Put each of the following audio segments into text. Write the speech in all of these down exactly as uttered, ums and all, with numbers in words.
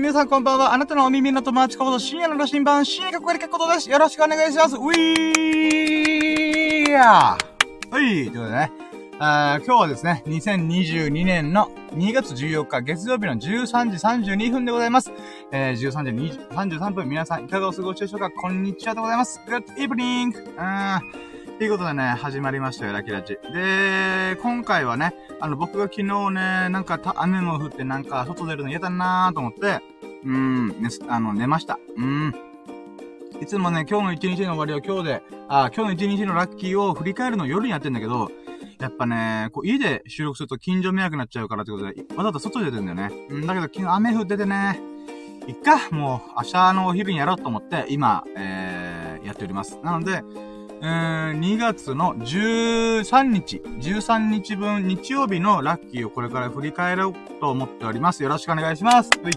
皆さんこんばんは。あなたのお耳の友達こと深夜の羅針盤、深夜かっこいいことです。よろしくお願いします。ウィーヤーはい、ということでね。あ今日はですね、にせんにじゅうにねんのにがつじゅうよっか月曜日のじゅうさんじさんじゅうにふんでございます。えー、じゅうさんじさんじゅうさんぷん、皆さんいかがお過ごしでしょうか。こんにちはでございます。Good evening! あー、ということでね、始まりましたよ、ラキラジ。で、今回はね、あの、僕が昨日ね、なんかた雨も降ってなんか外出るの嫌だなーと思って、うーん、ね、あの、寝ました。うーん。いつもね、今日の一日の終わりを今日で、あ、今日の一日のラッキーを振り返るのを夜にやってんだけど、やっぱね、こう家で収録すると近所迷惑になっちゃうからってことで、わざわざ外で出てんだよね。うん、だけど昨日雨降っててね、いっか、もう明日のお昼にやろうと思って、今、えー、やっております。なので、うーん、にがつのじゅうさんにち、じゅうさんにちぶん日曜日のラッキーをこれから振り返ろうと思っております。よろしくお願いします。はい。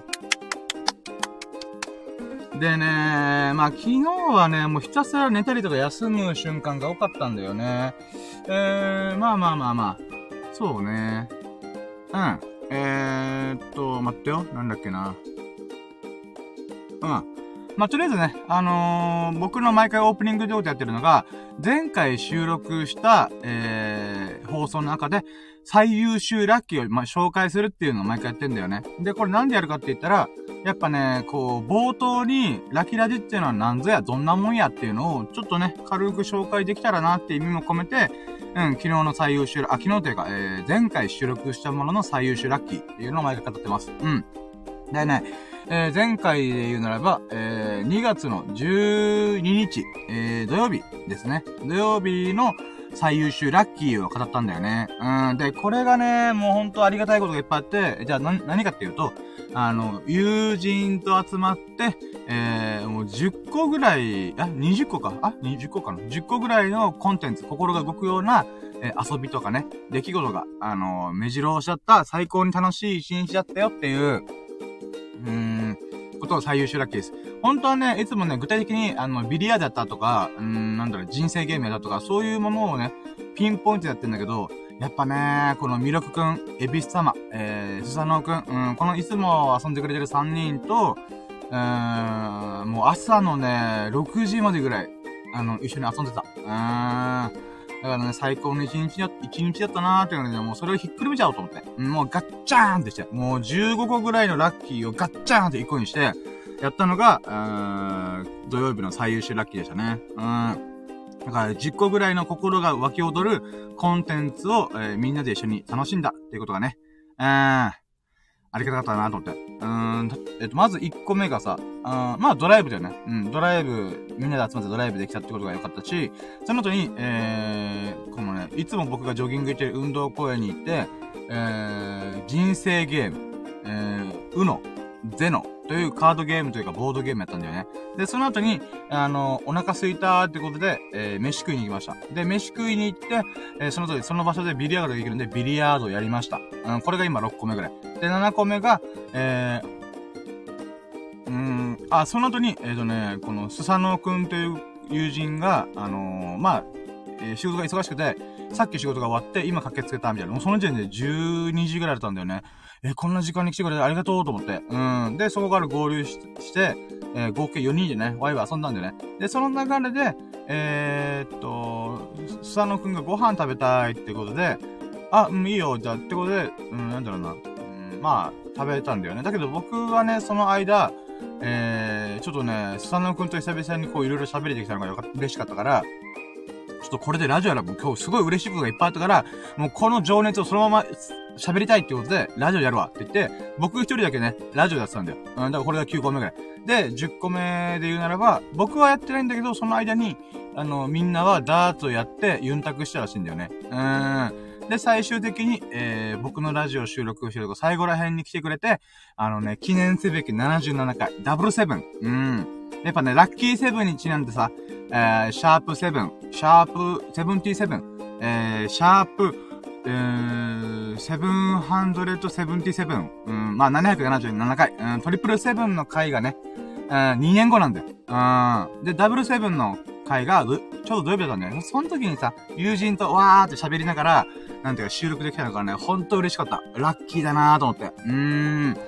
でね、まあ昨日はね、もうひたすら寝たりとか休む瞬間が多かったんだよね。えー、まあまあまあまあ。そうね。うん。えーっと、待ってよ。なんだっけな。うん。まあ、とりあえずね、あのー、僕の毎回オープニング上でやってるのが、前回収録した、えー、放送の中で、最優秀ラッキーを、まあ、紹介するっていうのを毎回やってんだよね。で、これなんでやるかって言ったら、やっぱね、こう、冒頭に、ラキラジっていうのは何ぞや、どんなもんやっていうのを、ちょっとね、軽く紹介できたらなっていう意味も込めて、うん、昨日の最優秀、あ、昨日というか、えー、前回収録したものの最優秀ラッキーっていうのを毎回語ってます。うん。でね、えー、前回で言うならば、えー、にがつのじゅうににち、えー、土曜日ですね。土曜日の最優秀ラッキーを語ったんだよね。うん。で、これがね、もうほんとありがたいことがいっぱいあって、じゃあな、何かっていうと、あの、友人と集まって、えー、もうじゅっこぐらい、あ、にじゅっこか。あ、にじゅっこかな。じゅっこぐらいのコンテンツ、心が動くような、えー、遊びとかね、出来事が、あの、目白押しちゃった最高に楽しい一日だったよっていう、うーん、ことを最優秀ラッキーです。本当はね、いつもね、具体的に、あの、ビリヤードだったとか、うーん、なんだろう、人生ゲームやったとか、そういうものをね、ピンポイントでやってんだけど、やっぱね、このミルクくん、エビス様、えー、スサノオくん、うん、このいつも遊んでくれてるさんにんと、うーん、もう朝のね、ろくじまでぐらい、あの、一緒に遊んでた。うーん。だからね、最高の一日だ、一日だったなーっていうので、もうそれをひっくるめちゃおうと思って。もうガッチャーンってして、もうじゅうごこぐらいのラッキーをガッチャーンっていっこにして、やったのが、うーん、土曜日の最優秀ラッキーでしたね。うん。だからじゅっこぐらいの心が湧き踊るコンテンツを、えー、みんなで一緒に楽しんだっていうことがね、うーん、ありがたかったなと思って。うーん、えっと、まずいっこめがさ、あまあドライブだよね。うん、ドライブ、みんなで集まってドライブできたってことが良かったし、その後に、えー、このね、いつも僕がジョギング行ってる運動公園に行って、えー、人生ゲーム、えー、ウノ、ゼノというカードゲームというかボードゲームやったんだよね。で、その後に、あの、お腹空いたってことで、えー、飯食いに行きました。で、飯食いに行って、えー、その後で、その場所でビリヤードができるんで、ビリヤードをやりました。うん、これが今ろっこめぐらい。で、ななこめが、えー、うーん、あ、その後に、えっ、ー、とね、このスサノオくんという友人が、あのー、まあ、えー、仕事が忙しくて、さっき仕事が終わって、今駆けつけたみたいな。もうその時点でじゅうにじぐらいだったんだよね。え、こんな時間に来てくれてありがとうと思って。うん。で、そこから合流し、して、えー、合計よにんでね、ワイワイ遊んだんだよね。で、その流れで、えー、っと、スサノくんがご飯食べたいってことで、あ、うん、いいよ、じゃあ、ってことで、うん、なんだろうな。うん、まあ、食べたんだよね。だけど僕はね、その間、えー、ちょっとね、スサノくんと久々にこう、いろいろ喋れてきたのがよかった、嬉しかったから、ちょっとこれでラジオやら、もう今日すごい嬉しいことがいっぱいあったから、もうこの情熱をそのまま喋りたいってことで、ラジオやるわって言って、僕一人だけね、ラジオやってたんだよ。うん、だからこれがきゅうこめぐらい。で、じゅっこめで言うならば、僕はやってないんだけど、その間に、あの、みんなはダーツをやって、ユンタクしたらしいんだよね。うーん。で、最終的に、えー、僕のラジオ収録してるとこ最後ら辺に来てくれて、あのね、記念すべきななじゅうななかい、ダブルセブン。うん。やっぱね、ラッキーセブンにちなんでさ、えー、シャープセブン、シャープセブンティーセブン、えー、シャープ、えー、セブンハンドレッドセブンティーセブン、うん、まあ、ななひゃくななじゅうななかい、うん、トリプルセブンの回がね、うん、にねんごなんだよ。うん。で、ダブルセブンの回が、ちょうど土曜日だったんだよね。その時にさ、友人とわーって喋りながら、なんていうか収録できたのからね、ほんと嬉しかった。ラッキーだなーと思って。うーん。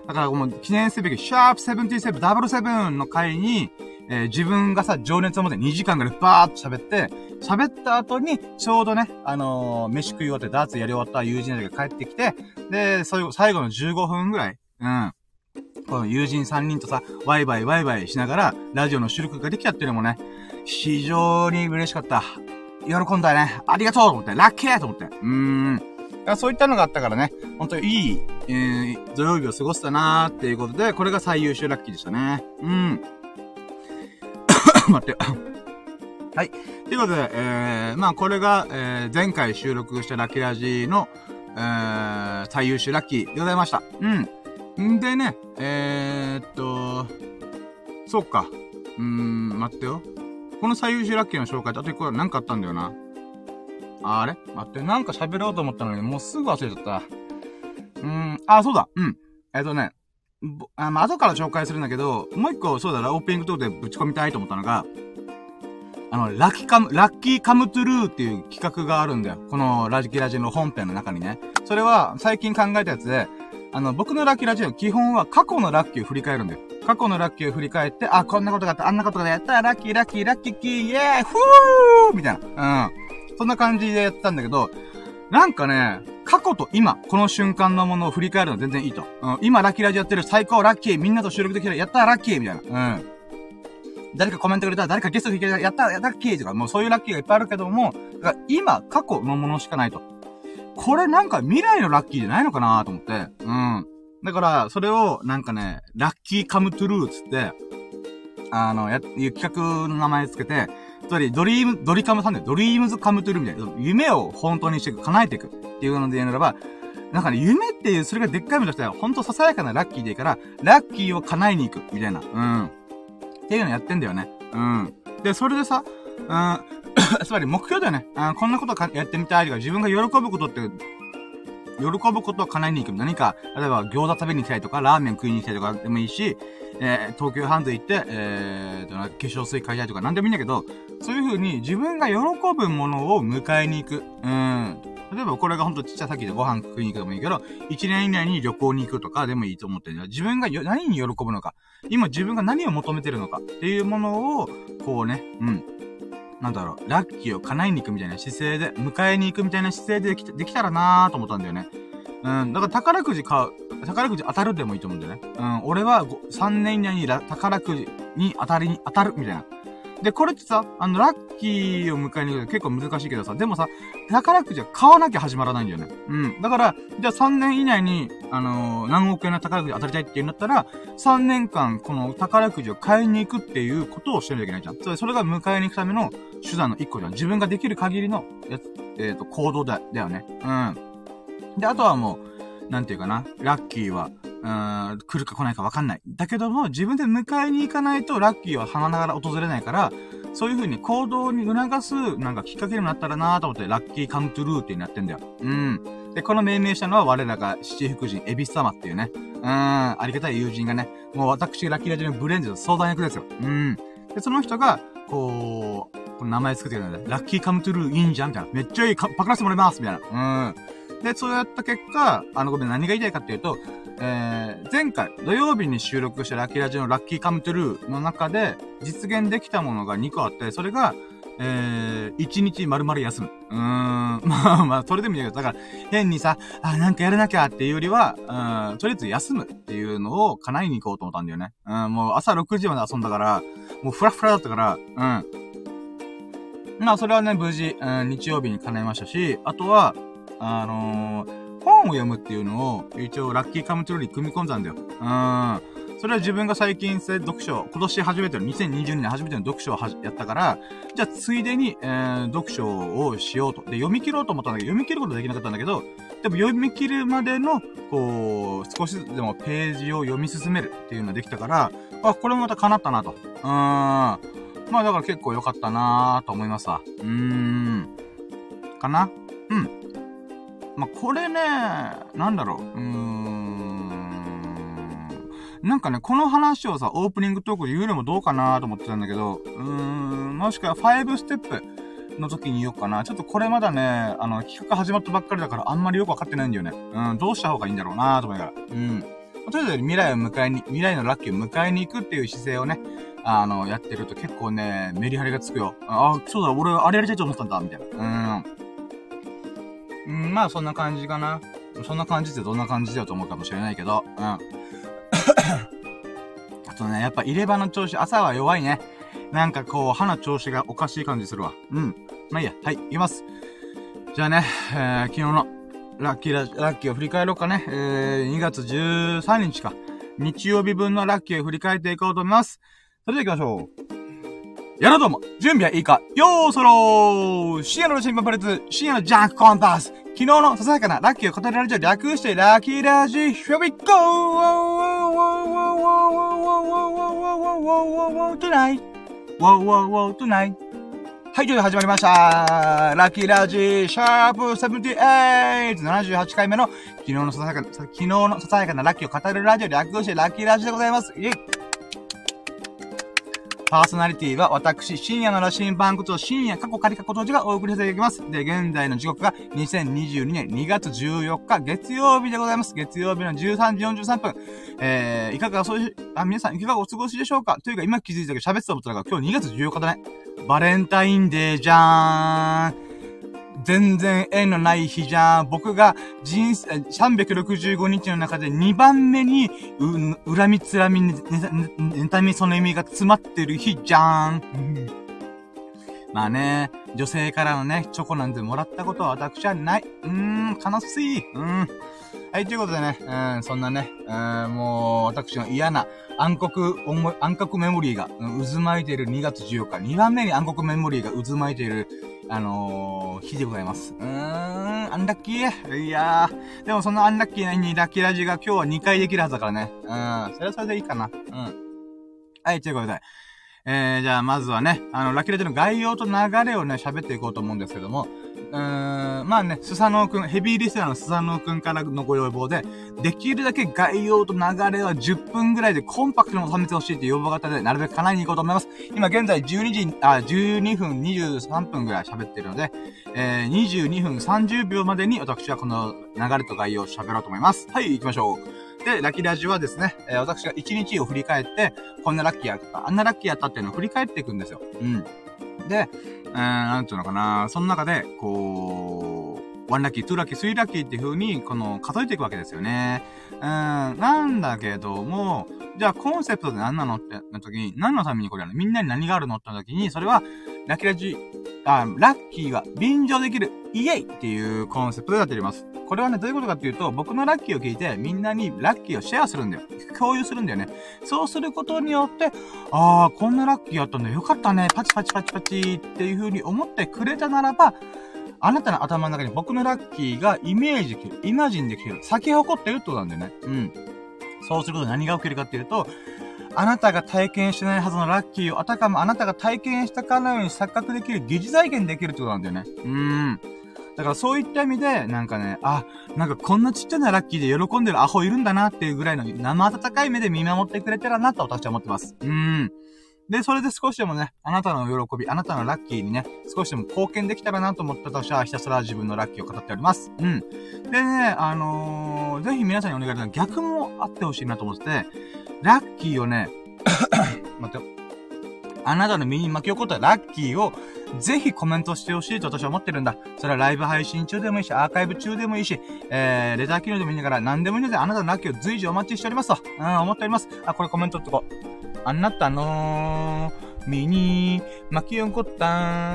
だからもう記念すべき、シャープセブンティーセブン、ダブルセブンの回に、えー、自分がさ、情熱を持ってにじかんぐらいバーっと喋って、喋った後に、ちょうどね、あのー、飯食い終わってダーツやり終わった友人たちが帰ってきて、で、そういう、最後のじゅうごふんぐらい、うん。この友人さんにんとさ、ワイワイワイワイしながら、ラジオの収録ができたっていうのもね、非常に嬉しかった。喜んだね。ありがとうと思って、ラッキーと思って。うーん。そういったのがあったからね、本当にいい、えー、土曜日を過ごせたなーっていうことで、これが最優秀ラッキーでしたね。うん。待って。はい。ということで、えー、まあこれが、えー、前回収録したラッキーラジの、えー、最優秀ラッキーでございました。うん。んでね、えー、っと、そうか。うーん、待ってよ。この最優秀ラッキーの紹介ってあと一個なんかあったんだよな。あれ待って、なんか喋ろうと思ったのに、もうすぐ忘れちゃった。うーん、あ、そうだ。うん。えっとね、あ、まあ、後から紹介するんだけど、もう一個、そうだな、オープニングトークでぶち込みたいと思ったのが、あの、ラッキーカム、ラッキーカムトゥルーっていう企画があるんだよ。このラジキラジの本編の中にね。それは、最近考えたやつで、あの、僕のラッキーラジの基本は過去のラッキーを振り返るんだよ。過去のラッキーを振り返って、あ、こんなことがあった、あんなことがやった、ラッキー、ラッキー、ラッキーキー、イェーイ、フーみたいな。うん。そんな感じでやってたんだけど、なんかね、過去と今、この瞬間のものを振り返るの全然いいと。うん。今、ラッキーラジやってる、最高、ラッキー、みんなと収録できる、やったー、ラッキーみたいな。うん。誰かコメントくれた、誰かゲストできる、やったー、ラッキーとか、もうそういうラッキーがいっぱいあるけども、だから今、過去のものしかないと。これなんか未来のラッキーじゃないのかなと思って。うん。だから、それを、なんかね、ラッキーカムトゥルーつって、あの、や、いう企画の名前つけて、つまり、ドリーム、ドリカムさんで、ドリームズカムトゥルーみたいな、夢を本当にしていく、叶えていくっていうので言うならば、なんかね、夢っていう、それがでっかいものとしては、ほんとささやかなラッキーでいいから、ラッキーを叶えに行く、みたいな。うん。っていうのやってんだよね。うん。で、それでさ、うん、つまり目標だよね。うん、こんなことかやってみたいとか、自分が喜ぶことって、喜ぶことを叶えに行く。何か、例えば餃子食べに行きたいとか、ラーメン食いに行きたいとかでもいいし、えー、東急ハンズ行って、えー、化粧水買いたいとか何でもいいんだけど、そういう風に自分が喜ぶものを迎えに行く。うん。例えばこれがほんとちっちゃいさっきでご飯食いに行くでもいいけど、一年以内に旅行に行くとかでもいいと思ってる。自分がよ何に喜ぶのか、今自分が何を求めてるのかっていうものを、こうね、うん。なんだろう、ラッキーを叶えに行くみたいな姿勢で、迎えに行くみたいな姿勢でできた、できたらなーと思ったんだよね。うん。だから宝くじ買う、宝くじ当たるでもいいと思うんだよね。うん。俺はさんねん以内に宝くじに当たりに当たるみたいな。で、これってさ、あの、ラッキーを迎えに行くと結構難しいけどさ、でもさ、宝くじは買わなきゃ始まらないんだよね。うん。だから、じゃあさんねん以内に、あのー、何億円の宝くじ当たりたいって言うんだったら、さんねんかんこの宝くじを買いに行くっていうことをしなきゃいけないじゃん。それ、それが迎えに行くための手段の一個じゃん。自分ができる限りの、やつ、えっと、行動だ、だよね。うん。で、あとはもう、なんていうかな、ラッキーは、うーん、来るか来ないか分かんない。だけども、自分で迎えに行かないとラッキーは花ながら訪れないから、そういう風に行動に促す、なんかきっかけになったらなーと思って、ラッキーカムトゥルーってなってんだよ。うん。で、この命名したのは我らが七福神、エビス様っていうね。うーん、ありがたい友人がね、もう私、ラッキーラジオのブレンズの相談役ですよ。うん。で、その人が、こう、この名前作ってくれたんだ。ラッキーカムトゥルーいいんじゃんみたいな。めっちゃいいか、パクらせてもらいますみたいな。うん。で、そうやった結果、あの、ごめん、何が言いたいかっていうと、えー、前回、土曜日に収録したラッキーラジオのラッキーカムトゥルーの中で、実現できたものがにこあって、それが、えー、いちにち丸々休む。うーん、まあまあ、それでもいいけど、だから、変にさ、あ、なんかやらなきゃっていうよりは、うん、とりあえず休むっていうのを叶えに行こうと思ったんだよね。うん、もう朝ろくじまで遊んだから、もうフラフラだったから、うん。まあ、それはね、無事、うん、日曜日に叶えましたし、あとは、あのー、本を読むっていうのを、一応、ラッキーカムトゥルーに組み込んだんだよ。うん。それは自分が最近読書、今年初めての、にせんにじゅうにねん初めての読書をはやったから、じゃあ、ついでに、えー、読書をしようと。で、読み切ろうと思ったんだけど、読み切ることできなかったんだけど、でも読み切るまでの、こう、少しずつでもページを読み進めるっていうのができたから、あ、これもまた叶ったなと。うーん。まあ、だから結構良かったなーと思いますわ。うーん。かな？うん。まあ、これね、なんだろう。うーん。なんかね、この話をさ、オープニングトークで言うのもどうかなと思ってたんだけど、うーん、もしくはファイブステップの時に言おうかな。ちょっとこれまだね、あの、企画始まったばっかりだからあんまりよくわかってないんだよね。うん、どうした方がいいんだろうなと思いながら。うん。 とりあえず未来を迎えに、未来のラッキーを迎えに行くっていう姿勢をね、あの、やってると結構ね、メリハリがつくよ。あ、そうだ、俺、あれやりたいと思ったんだ、みたいな。うーん。うん、まあ、そんな感じかな。そんな感じってどんな感じだよと思うかもしれないけど、うん。あとね、やっぱ入れ歯の調子、朝は弱いね。なんかこう、歯の調子がおかしい感じするわ。うん。まあいいや。はい、いきます。じゃあね、えー、昨日のラッキーラ、ラッキーを振り返ろうかね。えー、にがつじゅうさんにちか。日曜日分のラッキーを振り返っていこうと思います。それでは行きましょう。やろうどうも。準備はいいか。よーそろー深夜の新聞パレッツ、深夜のジャンクコンパス。昨日のささやかなラッキーを語るラジオ略してラッキーラジ、Here we go! Tonight! Wow, wow, wow, tonight! はい、ということで始まりました。ラッキーラジ、シャープななじゅうはち、ななじゅうはちかいめの昨日のささやかな、昨日のささやかなラッキーを語るラジオ略してラッキーラジでございます。イェイ！パーソナリティは私、深夜の羅針盤こと深夜過去仮過去当時がお送りさせていただきます。で、現在の時刻がにせんにじゅうにねんにがつじゅうよっか月曜日でございます。月曜日のじゅうさんじよんじゅうさんぷん。えー、いかがそうし、あ、皆さんいかがお過ごしでしょうか？というか今気づいたけど喋ってたことだから今日にがつじゅうよっかだね。バレンタインデーじゃーん。全然縁のない日じゃん。僕が人生、さんびゃくろくじゅうごにちの中でにばんめに、う、恨みつらみ、ね、ね、妬みその意味が詰まってる日じゃん。うん、まあね、女性からのね、チョコなんてもらったことは私はない。うーん、悲しい。うん。はい、ということでね、うん、そんなね、うん、もう、私の嫌な暗黒思い、暗黒メモリーが、うん、渦巻いているにがつじゅうよっか。にばんめに暗黒メモリーが渦巻いている、あのー、日でございます。うーん、アンラッキー。いやー。でもそのアンラッキーな日にラッキーラジが今日はにかいできるはずだからね。うん、それはそれでいいかな。うん。はい、ということで。えー、じゃあまずはね、あの、ラッキーラジの概要と流れをね、喋っていこうと思うんですけども、うーん、まあね、スサノオくん、ヘビーリスナーのスサノオくんからのご要望で、できるだけ概要と流れはじゅっぷんぐらいでコンパクトに収めてほしいっていう要望型で、なるべく叶えに行こうと思います。今現在じゅうにじ、あ、じゅうにふんにじゅうさんぷんぐらい喋ってるので、えー、にじゅうにふんさんじゅうびょうまでに私はこの流れと概要を喋ろうと思います。はい、行きましょう。で、ラッキーラジはですね、えー、私が一日を振り返って、こんなラッキーやった、あんなラッキーやったっていうのを振り返っていくんですよ。うん。で、えー、なんていうのかな、その中で、こう、ワンラッキー、ツーラッキー、スリーラッキーっていう風に、この、数えていくわけですよね。うん、なんだけども、じゃあコンセプトで何なのってな時に、何のためにこれやるの？みんなに何があるのって時に、それは、ラッキーラジ、あ、ラッキーは便乗できる、イエイっていうコンセプトでやっております。これはね、どういうことかっていうと、僕のラッキーを聞いて、みんなにラッキーをシェアするんだよ。共有するんだよね。そうすることによって、あー、こんなラッキーあったんだよ。よかったね。パチパチパチパチっていう風に思ってくれたならば、あなたの頭の中に僕のラッキーがイメージできる。イマジンできる。咲き誇ってるってことなんだよね。うん。そうすることで何が起きるかっていうと、あなたが体験してないはずのラッキーをあたかもあなたが体験したかのように錯覚できる、疑似体験できるってことなんだよね。うーん。だからそういった意味で、なんかね、あ、なんかこんなちっちゃなラッキーで喜んでるアホいるんだなっていうぐらいの生温かい目で見守ってくれてるなと私は思ってます。うーん。で、それで少しでもね、あなたの喜び、あなたのラッキーにね、少しでも貢献できたらなと思って私はひたすら自分のラッキーを語っております。うん。でね、あのー、ぜひ皆さんにお願いなの逆もあってほしいなと思ってて、ラッキーをね、待ってよ。あなたの身に巻き起こったラッキーをぜひコメントしてほしいと私は思ってるんだ。それはライブ配信中でもいいし、アーカイブ中でもいいし、えー、レター機能でもいいんだから何でもいいのであなたのラッキーを随時お待ちしておりますと、うん、思っております。あ、これコメントってこう。あなたの身に巻き起こった、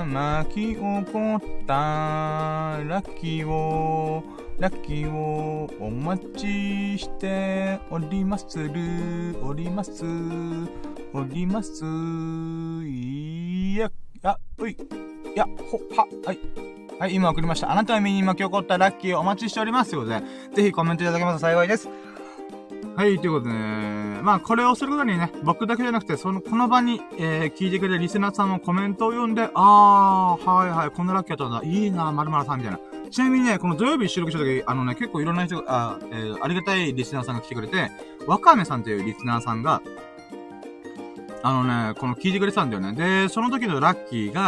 巻き起こったラッキーを、ラッキーをお待ちしておりまする、おります、おります。いや、あ、うい、いや、ほ、は、はい。はい、今送りました。あなたの身に巻き起こったラッキーをお待ちしております。ということで、ぜひコメントいただけますと幸いです。はい、ということでね、まあこれをすることにね、僕だけじゃなくて、その、この場に、えー、聞いてくれるリスナーさんのコメントを読んで、あー、はいはい、こんなラッキーだったんだ、いいな、〇〇さんみたいな。ちなみにね、この土曜日収録した時、あのね、結構いろんな人が、あ、えー、ありがたいリスナーさんが来てくれて、わかめさんというリスナーさんが、あのね、この聞いてくれてたんだよね。で、その時のラッキーが、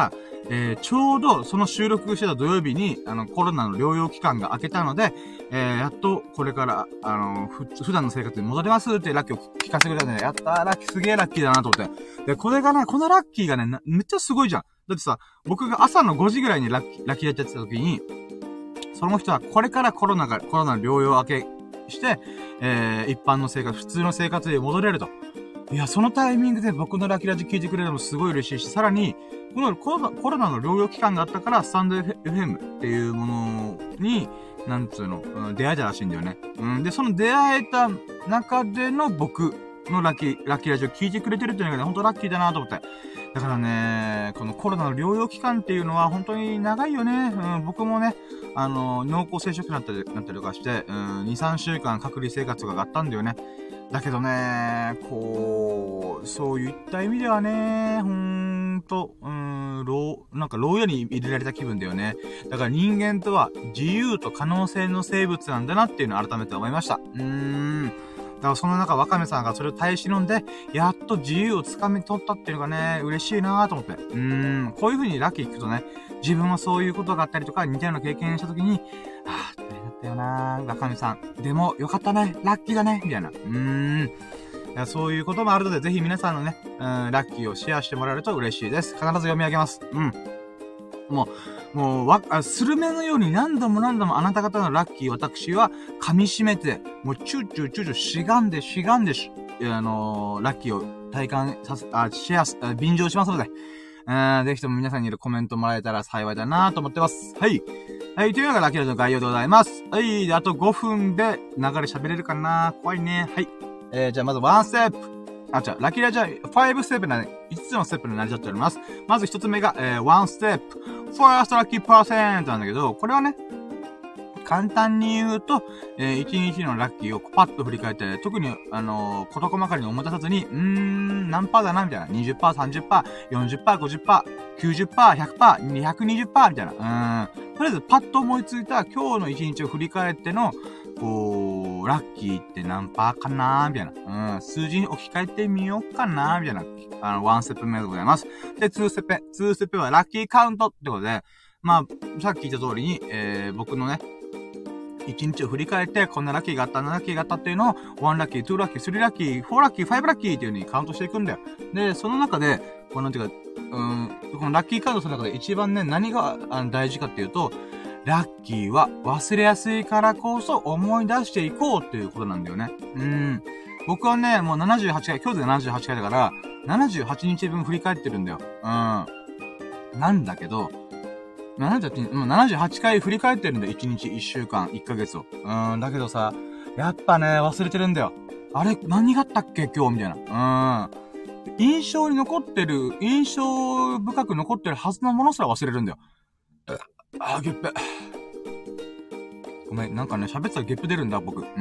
えー、ちょうどその収録してた土曜日に、あの、コロナの療養期間が明けたので、えー、やっとこれから、あの、ふ、普段の生活に戻れますってラッキーを聞かせてくれたんで、やったー、ラッキーすげーラッキーだなと思って。で、これがね、このラッキーがね、めっちゃすごいじゃん。だってさ、僕が朝のごじぐらいにラッキー、ラッキーやっちゃってた時に、その人はこれからコロナが、コロナの療養明けして、えー、一般の生活、普通の生活に戻れると。いや、そのタイミングで僕のラキラジ聞いてくれるのもすごい嬉しいし、さらに、このコロナ、コロナの療養期間があったから、スタンド エフエム っていうものに、なんつうの、うん、出会えたらしいんだよね。うん、で、その出会えた中での僕のラキ、ラキラジを聞いてくれてるっていうのがね、ほんとラッキーだなと思って。だからね、このコロナの療養期間っていうのは本当に長いよね。うん、僕もね、あの、濃厚接触になったり、なったりとかして、うん、に、さんしゅうかん隔離生活があったんだよね。だけどね、こう、そういった意味ではね、ほんと、うーん、牢、なんか牢屋に入れられた気分だよね。だから人間とは自由と可能性の生物なんだなっていうのを改めて思いました。うーん。だからその中、ワカメさんがそれを耐え忍んで、やっと自由をつかみ取ったっていうのがね、嬉しいなぁと思って。うーん、こういう風にラッキー聞くとね、自分はそういうことがあったりとか、似たような経験したときに、あぁ、大変だったよなぁ、ワカメさん。でも、よかったね、ラッキーだね、みたいな。うーん。いやそういうこともあるので、ぜひ皆さんのね、うん、ラッキーをシェアしてもらえると嬉しいです。必ず読み上げます。うん。もう、もう、わ、あ、スルメのように何度も何度もあなた方のラッキー私は噛み締めて、もうチューチューチューチューしがんでしがんでし、あのー、ラッキーを体感させ、あ、シェアす、あ便乗しますので、あぜひとも皆さんにいるコメントもらえたら幸いだなと思ってます。はい。はい、というのがラッキーラジオの概要でございます。はい、あとごふんで流れ喋れるかな怖いね。はい。えー、じゃあまずワンステップ。あ、じゃあ、ラッキーラジオはごステップなので、いつつのステップになりちゃっております。まずひとつめが、えー、ワンステップ。ファーストラッキーパーセントなんだけど、これはね、簡単に言うと、えー、いちにちのラッキーをパッと振り返って、特に、あのー、事細かに思い出さずに、うーん、何パーだな、みたいな。にじゅっパーセント、さんじゅっパーセント、よんじゅっパーセント、ごじゅっパーセント、きゅうじゅっパーセント、ひゃくパーセント、にひゃくにじゅっパーセント、みたいな。うーん。とりあえず、パッと思いついた今日のいちにちを振り返っての、こう、ラッキーって何パーかなーみたいな。うん。数字に置き換えてみようかなーみたいな。あの、ワンステップ目でございます。で、ツーステップ目。ツーステップ目はラッキーカウントってことで、まあ、さっき言った通りに、えー、僕のね、一日を振り返って、こんなラッキーがあった、なラッキーがあったっていうのを、ワンラッキー、ツーラッキー、スリーラッキー、フォーラッキー、ファイブラッキーっていう風にカウントしていくんだよ。で、その中で、こうなんていうか、うーん、このラッキーカウントの中で一番ね、何があの大事かっていうと、ラッキーは忘れやすいからこそ思い出していこうっていうことなんだよね。うーん。僕はね、もうななじゅうはちかい、今日でななじゅうはちかいだから、ななじゅうはちにちぶん振り返ってるんだよ。うん。なんだけど、ななじゅうはち、もうななじゅうはちかい振り返ってるんだよ。いちにち、いっしゅうかん、いっかげつを。うーん、だけどさ、やっぱね、忘れてるんだよ。あれ、何があったっけ今日みたいな。うーん。印象に残ってる、印象深く残ってるはずのものすら忘れるんだよ。あー、ゲップ。ごめん、なんかね、喋ってたらゲップ出るんだ、僕。うん。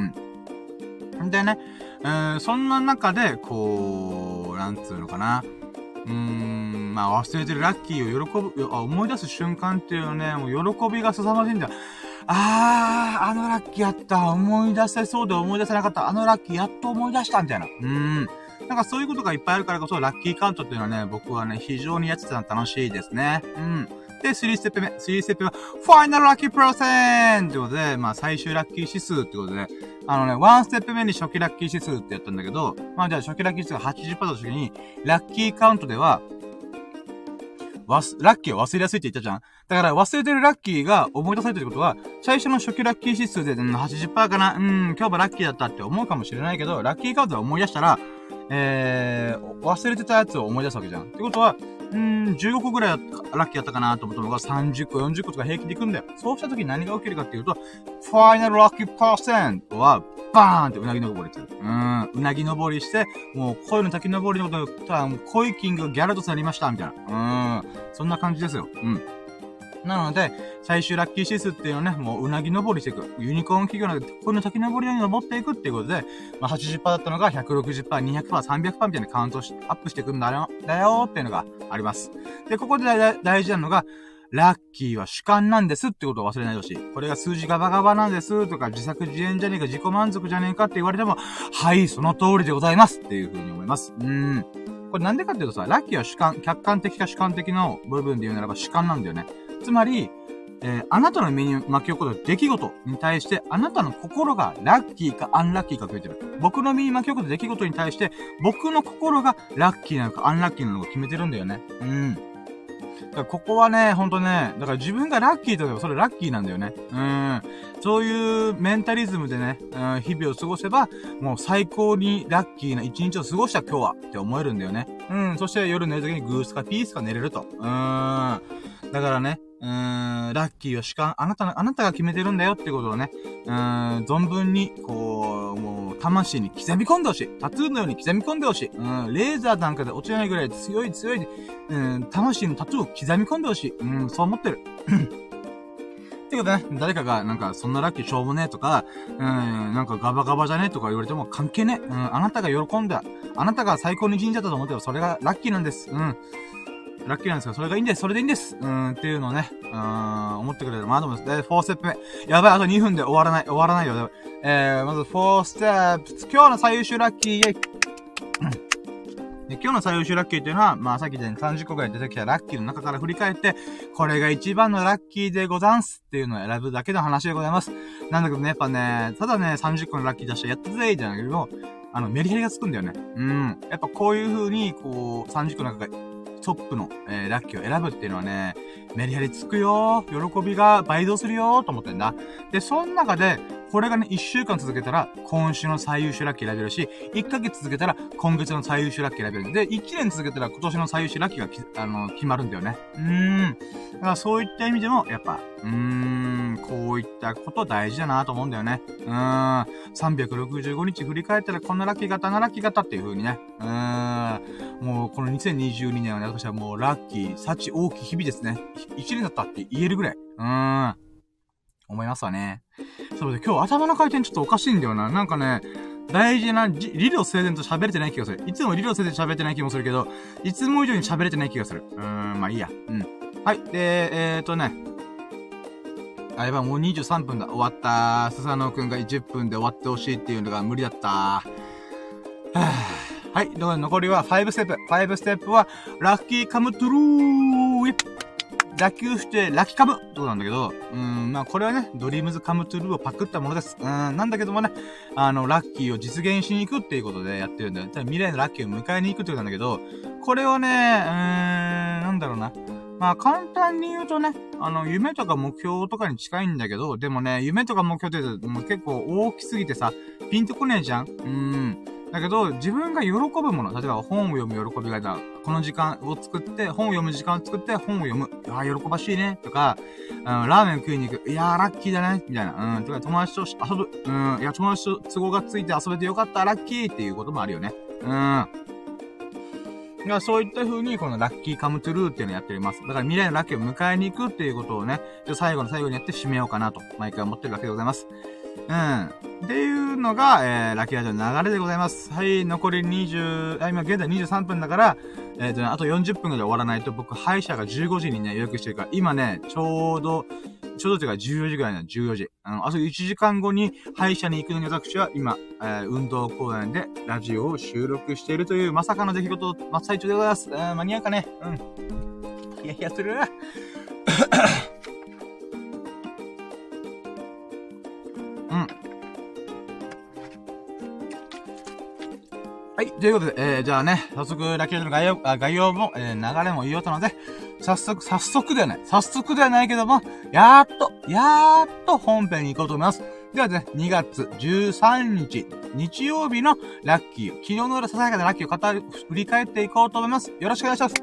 でね、えー、そんな中で、こう、なんつうのかな。うーん、まあ忘れてるラッキーを喜ぶ、思い出す瞬間っていうのはね、もう喜びが凄まじいんだよ。あー、あのラッキーあった。思い出せそうで思い出せなかった。あのラッキーやっと思い出した、みたいな。うーん。なんかそういうことがいっぱいあるからこそ、ラッキーカウントっていうのはね、僕はね、非常にやってたの楽しいですね。うん。で、さんステップ目。さんステップ目は、ファイナルラッキープロセントということで、まあ最終ラッキー指数ってことで、あのね、ワンステップ目に初期ラッキー指数ってやったんだけど、まあじゃあ初期ラッキー指数が はちじゅっパーセント の時に、ラッキーカウントでは、わす、ラッキーを忘れやすいって言ったじゃん。だから忘れてるラッキーが思い出されてることは、最初の初期ラッキー指数で、うん、はちじゅっパーセント かな、うん、今日もラッキーだったって思うかもしれないけど、ラッキーカウントで思い出したら、えー、忘れてたやつを思い出すわけじゃん。ってことは、うーん、じゅうごこぐらいラッキーだったかなと思ったのがさんじゅっこ、よんじゅっことか平気でいくんだよ。そうした時に何が起きるかっていうと、ファイナルラッキーパーセントは、バーンってうなぎ登りする。うーん、うなぎ登りして、もう恋の滝登りのこと、ただ、恋キングギャラドスになりました、みたいな。うーん、そんな感じですよ。うん。なので、最終ラッキー指数っていうのはね、もううなぎ登りしていく。ユニコーン企業なので、この滝登りに登っていくっていうことで、まあ、はちじゅっパーセント だったのが ひゃくろくじゅっパーセント、にひゃくパーセント、さんびゃくパーセント みたいなカウントし、アップしていくんだよ、だよっていうのがあります。で、ここで大事なのが、ラッキーは主観なんですってことを忘れないでほしい。これが数字ガバガバなんですとか、自作自演じゃねえか、自己満足じゃねえかって言われても、はい、その通りでございますっていう風に思います。うーん。 これなんでかっていうとさ、ラッキーは主観、客観的か主観的の部分で言うならば主観なんだよね。つまり、えー、あなたの身に巻き起こる出来事に対して、あなたの心がラッキーかアンラッキーか決めてる。僕の身に巻き起こる出来事に対して、僕の心がラッキーなのかアンラッキーなのか決めてるんだよね。うん。だからここはね、ほんとね、だから自分がラッキーとかそれラッキーなんだよね。うん。そういうメンタリズムでね、うん、日々を過ごせば、もう最高にラッキーな一日を過ごした今日はって思えるんだよね。うん。そして夜寝るときにグースかピースか寝れると。うん。だからね、うーん、ラッキーは主観、あなたの、あなたが決めてるんだよってことをね、うーん、存分に、こう、もう、魂に刻み込んでほしい。タトゥーのように刻み込んでほしい。うん、レーザーなんかで落ちないぐらい強い強い、うん、魂のタトゥーを刻み込んでほしい。うん、そう思ってる。ってことでね、誰かが、なんか、そんなラッキーしょうもねえとか、うん、なんかガバガバじゃねえとか言われても関係ねえ。うん、あなたが喜んだ。あなたが最高に一日だったと思っても、それがラッキーなんです。うん。ラッキーなんですが、それがいいんです。それでいいんです。うーん、っていうのをね、うーん、思ってくれる。まあでも、で、よんステップ目。やばい、あとにふんで終わらない、終わらないよ。えー、まずよんステップ。今日の最優秀ラッキー、イェイ。で、今日の最優秀ラッキーっていうのは、まあさっきでさんじゅっこぐらい出てきたラッキーの中から振り返って、これが一番のラッキーでござんすっていうのを選ぶだけの話でございます。なんだけどね、やっぱね、ただね、さんじゅっこのラッキー出してやったぜ、じゃないけど、あの、メリハリがつくんだよね。うん。やっぱこういう風に、こう、さんじゅっこの中が、トップの、えー、ラッキーを選ぶっていうのはね、メリハリつくよー、喜びが倍増するよーと思ってんだ。で、その中で、これがね、いっしゅうかん続けたら、今週の最優秀ラッキー選べるし、いっかげつ続けたら、今月の最優秀ラッキー選べる。で、いちねん続けたら、今年の最優秀ラッキーがき、あの、決まるんだよね。うーん。だからそういった意味でも、やっぱ、うーん、こういったこと大事だなと思うんだよね。うーん。さんびゃくろくじゅうごにち振り返ったら、こんなラッキーがあった、あんなラッキーがあったっていう風にね。うーん。もう、このにせんにじゅうにねんはね、私はもうラッキー、幸大きい日々ですね。いちねんだったって言えるぐらい。うーん。思いますわね。そうで、今日頭の回転ちょっとおかしいんだよな。なんかね、大事な、理路整然と喋れてない気がする。いつも理路整然と喋れてない気もするけど、いつも以上に喋れてない気がする。うーん、まあいいや。うん。はい。で、えーとね。あればもうにじゅうさんぷんだ。終わった。スサノオくんがじゅっぷんで終わってほしいっていうのが無理だった。はぁ。はい。では残りはごステップ。ごステップは、ラッキーカムトゥルー。ラッキーしてラッキーカムとなんだけど、うーん、まあこれはね、ドリームズカムトゥルーをパクったものです。うーん、なんだけどもね、あの、ラッキーを実現しに行くっていうことでやってるんだよ。未来のラッキーを迎えに行くってことなんだけど、これはね、うーん、なんだろうな。まあ簡単に言うとね、あの、夢とか目標とかに近いんだけど、でもね、夢とか目標って言うともう結構大きすぎてさ、ピンとこねえじゃん。うーん。だけど、自分が喜ぶもの、例えば本を読む喜びがだ、この時間を作って、本を読む時間を作って本を読む。ああ、喜ばしいね。とか、うん、ラーメン食いに行く。いやー、ラッキーだね。みたいな。うん。とか、友達と遊ぶ。うん。いや、友達と都合がついて遊べてよかった。ラッキーっていうこともあるよね。うん。だからそういった風に、このラッキーカムトゥルーっていうのをやっております。だから未来のラッキーを迎えに行くっていうことをね、最後の最後にやって締めようかなと、毎回思ってるわけでございます。うん。っていうのが、えー、ラッキーラジオの流れでございます。はい、残りにじゅう、あ、今現在にじゅうさんぷんだから、えっとね、あとよんじゅっぷんぐらい終わらないと、僕、歯医者がじゅうごじにね、予約してるから、今ね、ちょうど、ちょうどというかじゅうよじぐらいなの、じゅうよじ。あの、あといちじかんごに歯医者に行くのに私は今、えー、運動公園でラジオを収録しているという、まさかの出来事、真っ最中でございます。えー、間に合うかね。うん。ヒヤヒヤする。うん。はい、ということで、えー、じゃあね、早速、ラッキーラジオの概要、あ概要も、えー、流れも言おうとので、早速、早速ではない、早速ではないけども、やーっと、やーっと本編に行こうと思います。ではね、にがつじゅうさんにち、日曜日のラッキー、昨日のささやかなラッキーを語る、振り返っていこうと思います。よろしくお願いします。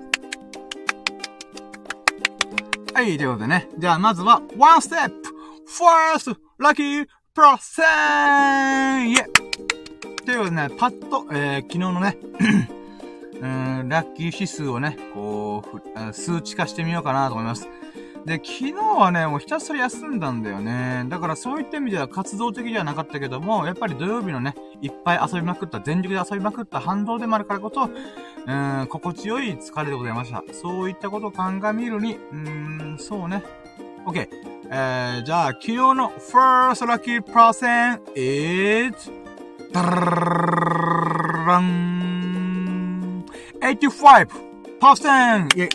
はい、ということでね、じゃあまずは、ワンステップ、ファースト、ラッキー、プロセンイェということでね、パッと、えー、昨日のね、うーん、ラッキー指数をね、こう、数値化してみようかなと思います。で、昨日はね、もうひたすら休んだんだよね。だからそういった意味では活動的ではなかったけども、やっぱり土曜日のね、いっぱい遊びまくった、全力で遊びまくった反動でもあるからこそ、うーん、心地よい疲れでございました。そういったことを鑑みるに、うーん、そうね。OK。えー、じゃあ、昨日の First Lucky Person is、ダラン、ははちじゅうごパーセント! イェイ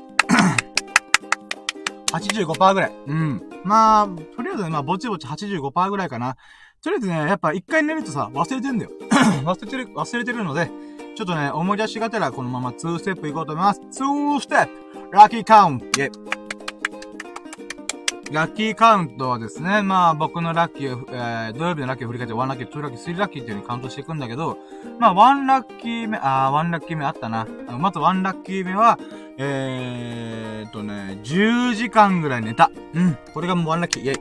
はちじゅうごパーセント ぐらい。うん。まあ、とりあえずね、まあ、ぼちぼち はちじゅうごパーセント ぐらいかな。とりあえずね、やっぱ一回寝るとさ、忘れてんだよ。忘れてる、忘れてるので、ちょっとね、思い出しがてらこのままにステップいこうと思います。にステップラッキーカウントイェイラッキーカウントはですね、まあ僕のラッキーを、えー、土曜日のラッキーを振り返っていちラッキー、にラッキー、さんラッキーっていう風にカウントしていくんだけど、まあいちラッキー目、あー、いちラッキー目あったな。まずいちラッキー目は、えーっとね、じゅうじかんぐらい寝た。うん。これがもういちラッキー、イェイ。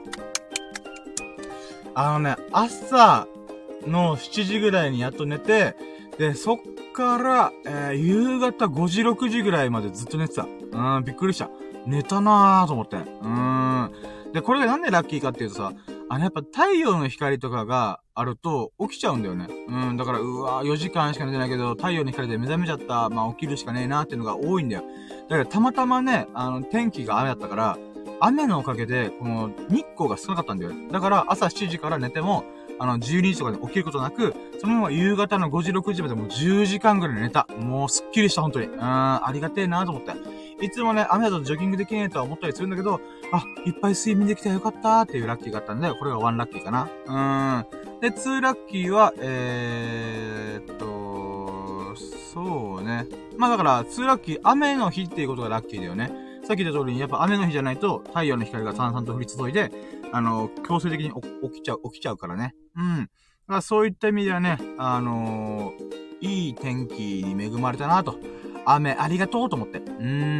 あのね、朝のしちじぐらいにやっと寝て、で、そっから、えー、夕方ごじ、ろくじぐらいまでずっと寝てた。うん、びっくりした。寝たなーと思って。うーん。で、これがなんでラッキーかっていうとさ、あの、やっぱ太陽の光とかがあると起きちゃうんだよね。うん、だから、うわー、よじかんしか寝てないけど、太陽の光で目覚めちゃった。まあ、起きるしかねえなーっていうのが多いんだよ。だから、たまたまね、あの、天気が雨だったから、雨のおかげで、この、日光が少なかったんだよ。だから、朝しちじから寝ても、あの、じゅうにじとかで起きることなく、そのまま夕方のごじ、ろくじまでもうじゅうじかんぐらい寝た。もうすっきりした、本当に。うーん、ありがてえなと思って。いつもね、雨だとジョギングできねえとは思ったりするんだけど、あ、いっぱい睡眠できたらよかったーっていうラッキーがあったんで、これがいちラッキーかな。うーん。で、にラッキーは、えーっと、そうね。まあだから、にラッキー、雨の日っていうことがラッキーだよね。さっき言った通りに、やっぱ雨の日じゃないと、太陽の光がさんさんと降り注いで、あの、強制的に起きちゃう、起きちゃうからね。うん。だからそういった意味ではね、あのー、いい天気に恵まれたなと。雨ありがとうと思って。うん。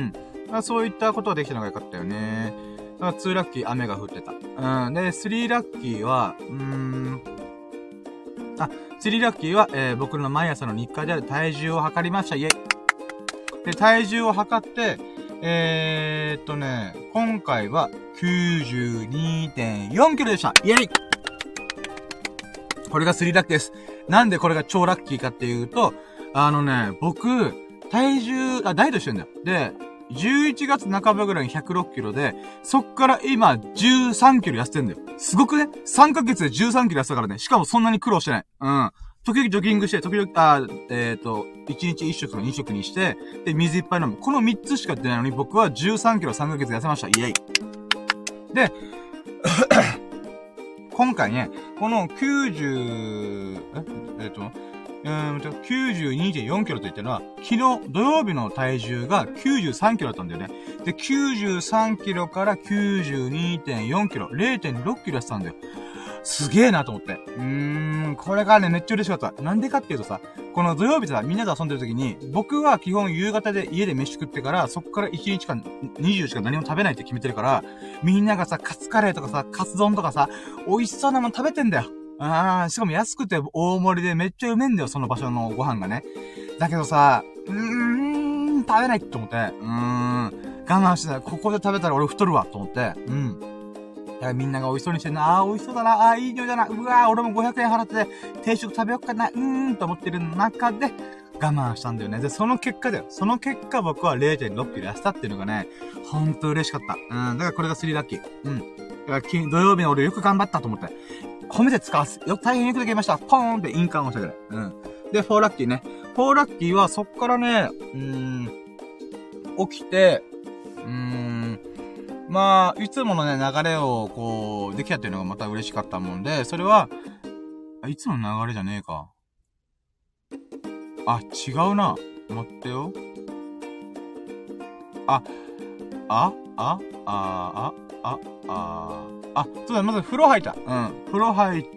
だからそういったことができたのがよかったよね。だからにラッキー雨が降ってた。うん。で、さんラッキーは、うーん。あ、さんラッキーは、えー、僕の毎朝の日課である体重を測りました。イェイ。で、体重を測って、えーっとね、今回は きゅうじゅうにてんよんキロでした。イェイ！これがさんラッキーです。なんでこれが超ラッキーかっていうと、あのね、僕、体重、あ、ダイエットしてんだよ。で、じゅういちがつなかばぐらいにひゃくろっキロで、そっから今じゅうさんキロ痩せてんだよ。すごくね ?さんかげつでじゅうさんキロ痩せたからね。しかもそんなに苦労してない。うん。時々ジョギングして、時々、あ、えっと、いちにちいっしょくかにしょくにして、で、水いっぱい飲む。このみっつしか出ないのに僕はじゅうさんキロさんかげつ痩せました。イェイ。で、今回ね、このきゅうじゅう、え、えっと、うーんと、きゅうじゅうにてんよんキロと言ったのは、昨日、土曜日の体重がきゅうじゅうさんキロだったんだよね。で、きゅうじゅうさんキロからきゅうじゅうにてんよんキロ、れいてんろっキロやってたんだよ。すげえなと思って。うーん、これがね、めっちゃ嬉しかった。なんでかっていうとさ、この土曜日さ、みんなで遊んでる時に、僕は基本夕方で家で飯食ってから、そっからいちにちかん、にじゅうしか何も食べないって決めてるから、みんながさ、カツカレーとかさ、カツ丼とかさ、美味しそうなもの食べてんだよ。あー、しかも安くて大盛りでめっちゃうめんだよ、その場所のご飯がね。だけどさ、うーん、食べないって思って、うーん、我慢してた。ここで食べたら俺太るわ、と思って、うん。みんなが美味しそうにしてるな。あー、美味しそうだな。あー、いい匂いだな。うわー、俺もごひゃくえん払って定食食べよっかな。うーん、と思ってる中で我慢したんだよね。で、その結果だよ。その結果僕は れいてんろっキロ痩せたっていうのがね、ほんと嬉しかった。うん、だからこれがさんラッキー。うん。だから土曜日の俺よく頑張ったと思って。褒めて使わす。よ、大変よくできました。ポーンって印鑑をしたぐらい。うん。で、よんラッキーね。よんラッキーはそっからね、うーん、起きて、うーん、まあ、いつものね、流れを、こう、できたっていうのがまた嬉しかったもんで、それは、いつもの流れじゃねえか。あ、違うな。待ってよ。あ、あ、あ、あ、あ、あ、あ、あ、そうだ、まず風呂入った。うん。風呂入って、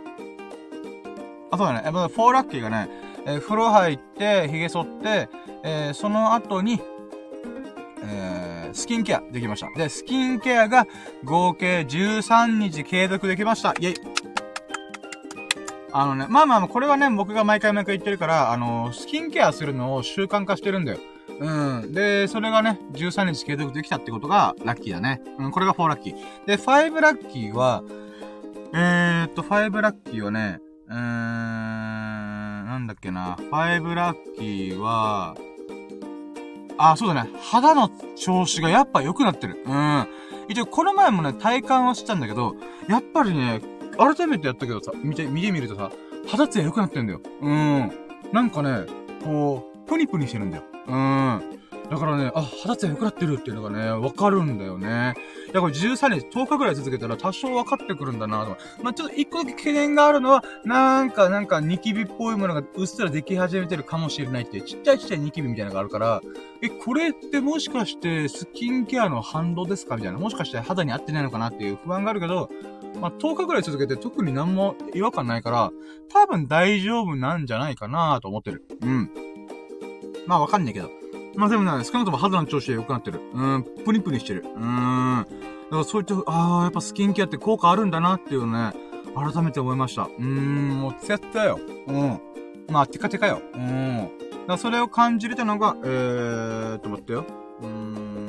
あ、そうだね。まずよんラッキーがね、えー、風呂入って、髭剃って、えー、その後に、えー、スキンケアできました。で、スキンケアが合計じゅうさんにち継続できました。イェイ。あのね、まあまあまあ、これはね、僕が毎回毎回言ってるから、あのー、スキンケアするのを習慣化してるんだよ。うん。で、それがね、じゅうさんにち継続できたってことがラッキーだね。うん、これがよんラッキー。で、ごラッキーは、えーっと、ごラッキーはね、うーん、なんだっけな。ごラッキーは、あ、そうだね。肌の調子がやっぱ良くなってる。うん。一応、この前もね、体感はしたんだけど、やっぱりね、改めてやったけどさ、見て、見てみるとさ、肌ツヤ良くなってんだよ。うん。なんかね、こプニプニしてるんだよ。うん。だからね、あ、肌ツヤ良くなってるっていうのがね、わかるんだよね。いや、これじゅうさんにち、とおかぐらい続けたら多少分かってくるんだなと。まあ、ちょっと一個だけ懸念があるのは、なんか、なんかニキビっぽいものがうっすらでき始めてるかもしれないっていう、ちっちゃいちっちゃいニキビみたいなのがあるから、え、これってもしかしてスキンケアの反動ですかみたいな。もしかして肌に合ってないのかなっていう不安があるけど、まあ、とおかぐらい続けて特に何も違和感ないから、多分大丈夫なんじゃないかなと思ってる。うん。まあ、わかんないけど。まあでもね、少なくとも肌の調子が良くなってる。うーん、プニプニしてる。うーん。だからそういった、ああ、やっぱスキンケアって効果あるんだなっていうのね、改めて思いました。うーん、もうツヤッツヤよ。うん。まあ、テカテカよ。うん。だからそれを感じれたのが、えーっと、待ってよ。うー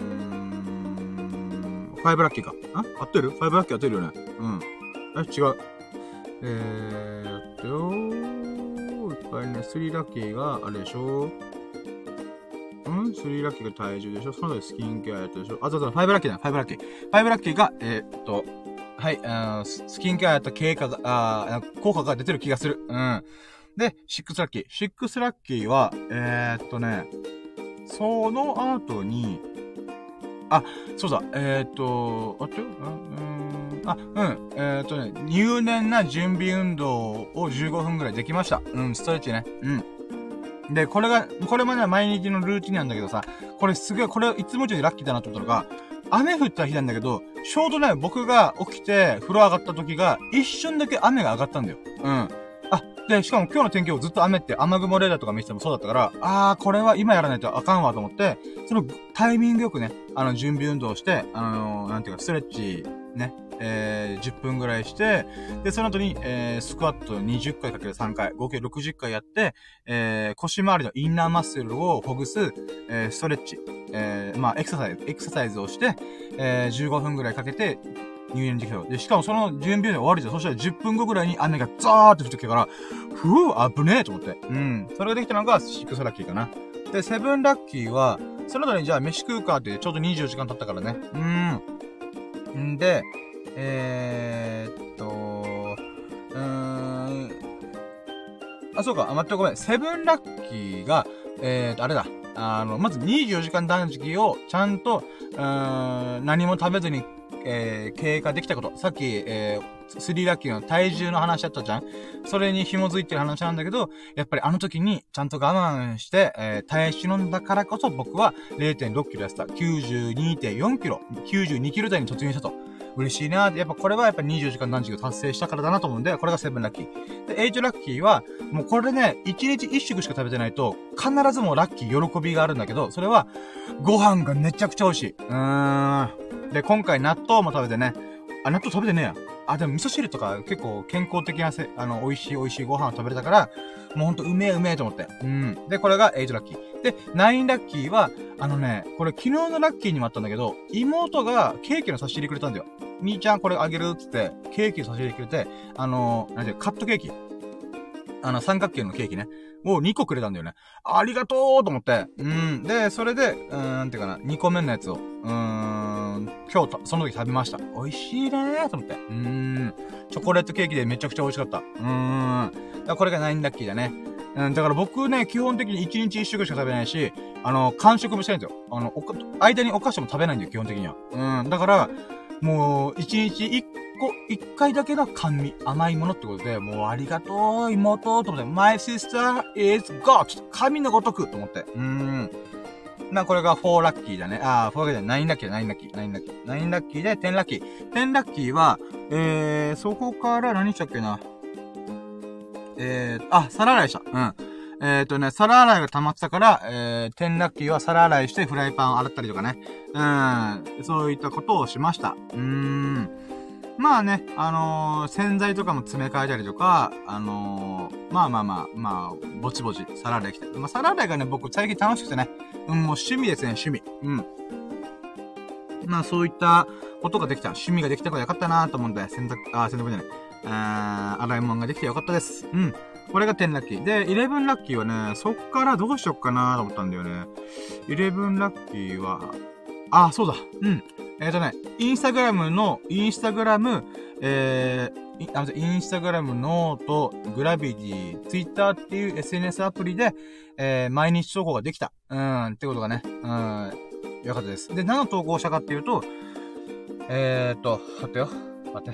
ん、ファイブラッキーか。あ合ってるファイブラッキー合ってるよね。うん。え、違う。えーっとよー、いっぱいね、スリーラッキーがあれでしょ。んスリーラッキーが体重でしょその後でスキンケアやったでしょあ、そうそう、ファイブラッキーだ、ファイブラッキー。ファイブラッキーが、えー、っと、はい、あスキンケアやった経過が、あ効果が出てる気がする。うん。で、シックスラッキー。シックスラッキーは、えー、っとね、その後に、あ、そうだ、えー、っと、あってよ、うん、あ、うん、えー、っとね、入念な準備運動をじゅうごふんぐらいできました。うん、ストレッチね。うん。で、これが、これもね、毎日のルーティンなんだけどさ、これすげえ、これいつも以上にラッキーだなと思ったのが、雨降った日なんだけど、ちょうどね、僕が起きて風呂上がった時が、一瞬だけ雨が上がったんだよ。うん。あ、で、しかも今日の天気をずっと雨って雨雲レーダーとか見ててもそうだったから、あー、これは今やらないとあかんわと思って、そのタイミングよくね、あの、準備運動をして、あのー、なんていうか、ストレッチ、ね、えー、じゅっぷんぐらいして、で、その後に、えー、スクワットにじゅっかいかけるさんかい、合計ろくじゅっかいやって、えー、腰回りのインナーマッスルをほぐす、えー、ストレッチ、えー、まあ、エクササイズ、エクササイズをして、えー、じゅうごふんぐらいかけて、入園できたよ。で、しかもその準備で終わりじゃん。そしたらじゅっぷんごぐらいに雨がザーって降ってきたから、ふぅ、危ねえと思って。うん。それができたのがシックスラッキーかな。で、セブンラッキーは、その後にじゃあ飯食うかってちょうどにじゅうよじかん経ったからね。うん。んで、えーっと、うーん、あ、そうか、あ、待ってごめん。セブンラッキーが、えーっと、あれだ。あの、まずにじゅうよじかん断食をちゃんと、うーん、何も食べずに、えー、経過できたこと。さっき、えー、スリーラッキーの体重の話あったじゃん。それに紐づいてる話なんだけど、やっぱりあの時にちゃんと我慢して、えー、耐え忍んだからこそ僕は れいてんろっキロ痩せた。きゅうじゅうにてんよんキロ。きゅうじゅうにキロ台に突入したと。嬉しいなーって。やっぱこれはやっぱにじゅうよじかん断食を達成したからだなと思うんで、これがセブンラッキー。で、エイトラッキーは、もうこれね、いちにちいっ食しか食べてないと、必ずもうラッキー、喜びがあるんだけど、それは、ご飯がめちゃくちゃ美味しい。うーん。で、今回納豆も食べてね、あ、納豆食べてねえや。あ、でも味噌汁とか結構健康的なせ、あの、美味しい美味しいご飯を食べれたから、もうほんとうめえうめえと思って。うん。で、これがエイトラッキー。で、ナインラッキーは、あのね、これ昨日のラッキーにもあったんだけど、妹がケーキの差し入れくれたんだよ。兄ちゃんこれあげるっつって、ケーキを差し入れくれて、あのー、なんていうカットケーキ。あの、三角形のケーキね。をにこくれたんだよね。ありがとうと思って。うん。で、それで、うーん、てかな、にこめのやつを、うーん、今日、その時食べました。美味しいねーと思って。うーん。チョコレートケーキでめちゃくちゃ美味しかった。うーん。だからこれがナインラッキーだね。うん、だから僕ね、基本的にいちにちいっ食しか食べないし、あの、間食もしてないんですよ。あの、おか、間にお菓子も食べないんだよ、基本的には。うん。だから、もう、いちにちいっこ、いっかいだけの甘味、甘いものってことで、もうありがとう、妹、と思って、My sister is God! 神のごとくと思って。うーん。まあ、これがフォーラッキーだね。あー、フォーラッキーだね。ナインラッキーだ、ナインラッキー、ナインラッキー。ナインラッキーで、テンラッキー。テンラッキーは、えー、そこから何したっけな。えー、あ、皿洗いした。うん。えっ、ー、とね、皿洗いが溜まってたから、えー、テンラッキーは皿洗いしてフライパンを洗ったりとかね。うん。そういったことをしました。うーん。まあね、あのー、洗剤とかも詰め替えたりとか、あのー、まあまあまあ、まあ、ぼちぼち皿洗い来て。まあ皿洗いがね、僕最近楽しくてね。うん、もう趣味ですね、趣味。うん。まあそういったことができた。趣味ができたからよかったなと思うんで、洗濯、あ、洗濯じゃない。あー、洗い物ができてよかったです。うん。これがテンラッキー。で、イレブンラッキーはね、そっからどうしよっかなと思ったんだよね。イレブンラッキーは、あ、そうだ。うん。えっ、ー、とね、インスタグラムの、インスタグラム、えあの、インスタグラム、ノート、グラビティ、ツイッターっていう エスエヌエス アプリで、えー、毎日投稿ができた。うん、ってことがね、うん、よかったです。で、何の投稿したかっていうと、えーっと、待ってよ。待って。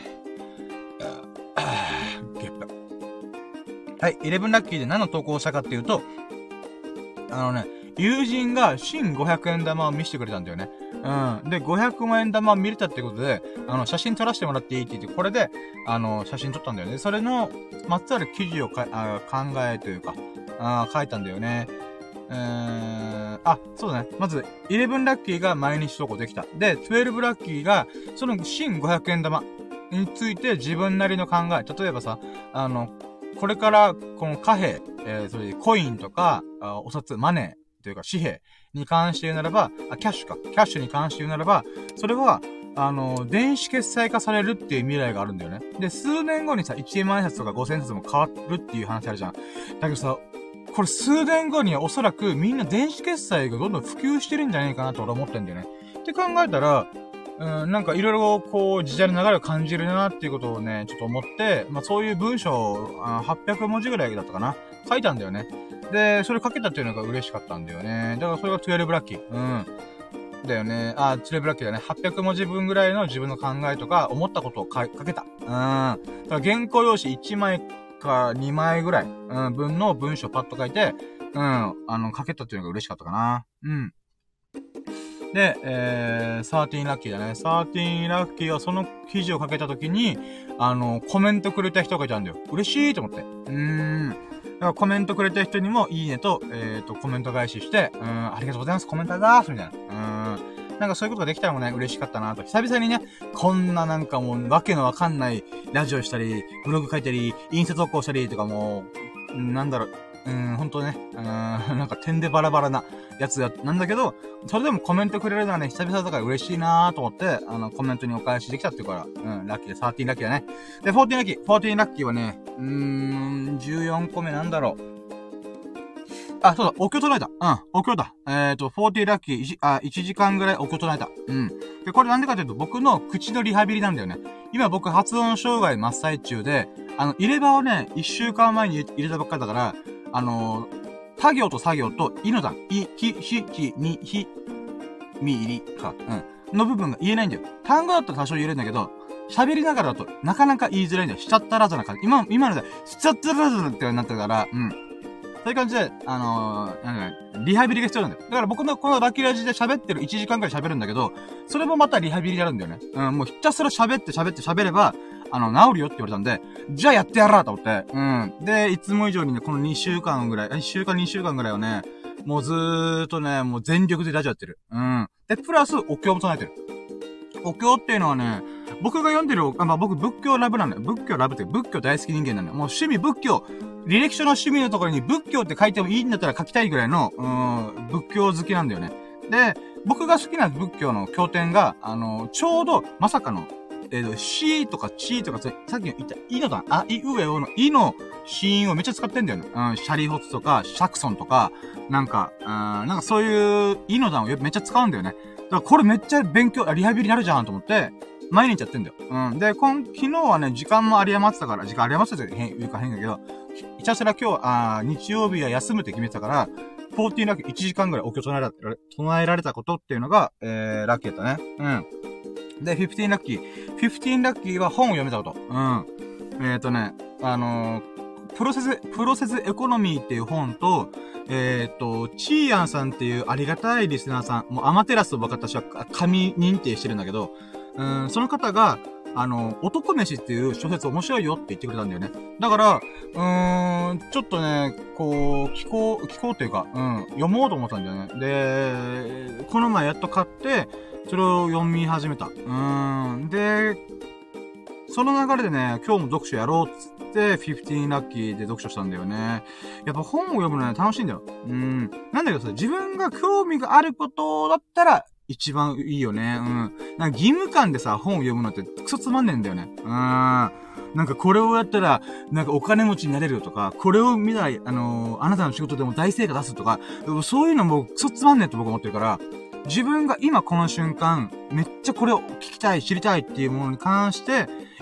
ゲップ。はい、イレブンラッキーで何の投稿したかっていうと、あのね、友人が新ごひゃくえん玉を見せてくれたんだよね。うん。で、ごひゃくまんえん玉を見れたってことで、あの、写真撮らせてもらっていいって言って、これで、あの、写真撮ったんだよね。それの、まつわる記事をかあ考えというか、あ書いたんだよね。うーん、あ、そうだね。まず、イレブンラッキーが毎日投稿できた。で、じゅうにラッキーが、その新ごひゃくえん玉について自分なりの考え。例えばさ、あの、これから、この貨幣、えー、それでコインとか、あお札、マネーというか紙幣に関して言うならば、あ、キャッシュか。キャッシュに関して言うならば、それは、あの、電子決済化されるっていう未来があるんだよね。で、数年後にさ、いちまんえん札とかごせんえん札も変わるっていう話あるじゃん。だけどさ、これ数年後にはおそらくみんな電子決済がどんどん普及してるんじゃないかなと俺は思ってんだよね。って考えたら、うん、なんかいろいろこう、時代の流れを感じるなっていうことをね、ちょっと思って、まあそういう文章をはっぴゃくもじぐらいだったかな。書いたんだよね。で、それ書けたっていうのが嬉しかったんだよね。だからそれがじゅうにラッキー。うん。だよね。あ、じゅうにラッキーだね。はっぴゃくもじぶんぐらいの自分の考えとか、思ったことを書けた。うん。だから原稿用紙いちまいかにまいぐらい、うん、分の文章パッと書いて、うん、あの、書けたっていうのが嬉しかったかな。うん。で、えー、じゅうさんラッキーだね。じゅうさんラッキーはその記事を書けたときに、あの、コメントくれた人がいたんだよ。嬉しいと思って。うーん。だからコメントくれた人にも、いいねと、えっと、コメント返しして、うーん、ありがとうございます、コメンターだーす、みたいな。うーん。なんかそういうことができたらもね、嬉しかったなと。久々にね、こんななんかもう、わけのわかんないラジオしたり、ブログ書いたり、インスタ投稿したりとかもう、なんだろう、うーん、ほんとね、うーん、なんか点でバラバラなやつなんだけど、それでもコメントくれるのはね、久々だから嬉しいなーと思って、あの、コメントにお返しできたっていうから、うん、ラッキーで、じゅうさんラッキーだね。で、じゅうよんラッキー、じゅうよんラッキーはね、うーん、じゅうよんこめなんだろう。あ、そうだ、お経唱えた。うん、お経だ。えっと、じゅうよんラッキー、いち、あ、いちじかんぐらいお経唱えた。うん。で、これなんでかというと、僕の口のリハビリなんだよね。今僕発音障害真っ最中で、あの、入れ歯をね、いっしゅうかんまえに入れたばっかりだから、あのー、他行と作業と、いの段、い、き、ひ、き、に、ひ、み、り、か、うん。の部分が言えないんだよ。単語だったら多少言えるんだけど、喋りながらだと、なかなか言いづらいんだよ。しちゃったらずな感じ。今、今ので、しちゃったらずなってなってるから、うん。そういう感じで、あのー、なんか、リハビリが必要なんだよ。だから僕のこのラッキーラジで喋ってるいちじかんくらい喋るんだけど、それもまたリハビリになるんだよね。うん、もうひたすら喋って喋って喋れば、あの、治るよって言われたんで、じゃあやってやらーと思って、うん。で、いつも以上にね、このにしゅうかんぐらい、いっしゅうかんにしゅうかんぐらいをね、もうずーっとね、もう全力でラジオやってる。うん。で、プラス、お経も唱えてる。お経っていうのはね、僕が読んでる、あ、まあ、僕仏教ラブなんだよ。仏教ラブって仏教大好き人間なんだよ。もう趣味仏教、履歴書の趣味のところに仏教って書いてもいいんだったら書きたいぐらいの、うーん、仏教好きなんだよね。で、僕が好きな仏教の経典が、あの、ちょうど、まさかの、えーと、しとかちとか、さっき言った、いのだ、あ、いうえおの、いの子音をめっちゃ使ってんだよね。うん、シャリホツとか、シャクソンとか、なんか、うん、なんかそういう、いの段をめっちゃ使うんだよね。だからこれめっちゃ勉強、リハビリになるじゃんと思って、毎日やってんだよ。うん。で、今、昨日はね、時間も有り余ってたから、時間有り余ってたって言うか変だけど、ひたすら今日、あ日曜日は休むって決めてたから、じゅうよんラッキーいちじかんぐらいお経唱えられた、唱えられたことっていうのが、えー、ラッキーだったね。うん。で、じゅうごラッキー。じゅうごラッキーは本を読めたこと。うん。えっ、ー、とね、あのー、プロセス、プロセスエコノミーっていう本と、えっ、ー、と、チーヤンさんっていうありがたいリスナーさん、もうアマテラスを私は神認定してるんだけど、うん、その方が、あの、男飯っていう小説面白いよって言ってくれたんだよね。だから、うーん、ちょっとね、こう、聞こう、聞こうというか、うん、読もうと思ったんだよね。で、この前やっと買って、それを読み始めた。うーん、で、その流れでね、今日も読書やろうっつって、じゅうごラッキーで読書したんだよね。やっぱ本を読むのね、楽しいんだよ。うん。なんだけどさ、自分が興味があることだったら、一番いいよね。うん。なんか義務感でさ、本を読むのってクソつまんねえんだよね。うん。なんかこれをやったら、なんかお金持ちになれるとか、これを見たら、あのー、あなたの仕事でも大成果出すとか、そういうのもクソつまんねえって僕思ってるから、自分が今この瞬間、めっちゃこれを聞きたい、知りたいっていうものに関して、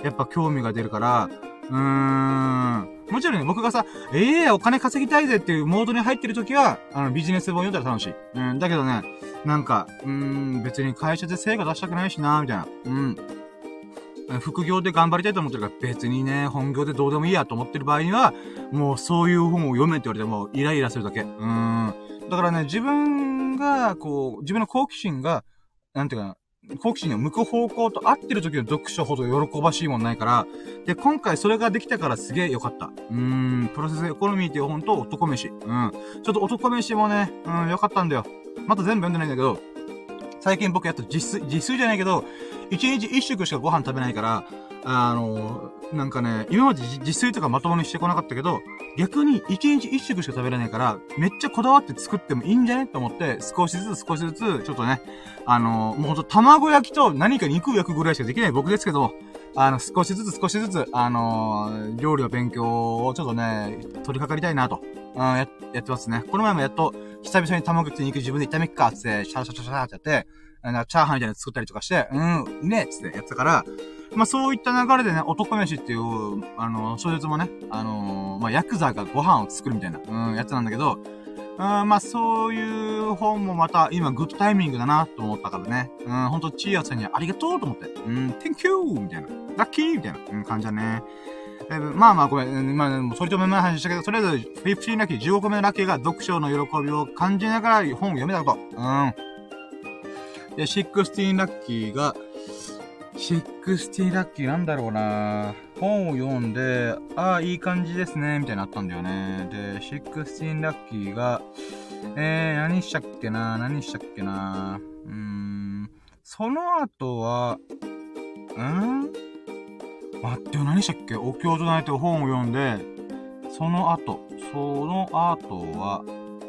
やっぱ興味が出るから、うーん。もちろんね、僕がさ、ええー、お金稼ぎたいぜっていうモードに入ってる時は、あの、ビジネス本読んだら楽しい。うん、だけどね、なんか、うーん、別に会社で成果出したくないしな、みたいな。うん。副業で頑張りたいと思ってるから別にね、本業でどうでもいいやと思ってる場合には、もうそういう本を読めって言われてもイライラするだけ。うーん。だからね、自分が、こう、自分の好奇心が、なんていうかな、好奇心を向く方向と合ってる時の読書ほど喜ばしいもんないから、で、今回それができたからすげえ良かった。うーん、プロセスエコノミーっていう本と男飯。うん。ちょっと男飯もね、うん、良かったんだよ。まだ全部読んでないんだけど、最近僕やっと自炊、自炊じゃないけど、一日一食しかご飯食べないから、あのー、なんかね、今まで自炊とかまともにしてこなかったけど、逆に一日一食しか食べれないから、めっちゃこだわって作ってもいいんじゃねと思って、少しずつ少しずつ、ちょっとね、あのー、もうほんと卵焼きと何か肉を焼くぐらいしかできない僕ですけど、あの、少しずつ少しずつ、あのー、料理の勉強をちょっとね、取り掛かりたいなと、うん、や、やってますね。この前もやっと、久々に卵焼きと肉自分で炒めっか、つって、シャラシャラシャラってやって、なんかチャーハンみたいなの作ったりとかして、うん、いいねっつってやってたから、まあそういった流れでね、男飯っていう、あの、小説もね、あのー、まあヤクザがご飯を作るみたいな、うん、やつなんだけど、うん、まあそういう本もまた今グッドタイミングだなと思ったからね、うん、ほんとチーヤさんにありがとうと思って、うん、Thank you! みたいな、ラッキーみたいな、うん、感じだね。えー、まあまあこれ、まあ、それとも前話したけど、とりあえず、フィフティーンラッキー、じゅうごこめのラッキーが読書の喜びを感じながら本を読めたこと。うん。で、シックスティーンラッキーが、シックスティーンラッキーなんだろうな本を読んで、ああ、いい感じですね、みたいになったんだよね。で、シックスティーンラッキーが、えー、何したっけな何したっけなうーん、その後は、ん待ってよ、何したっけお経とないと本を読んで、その後、その後は、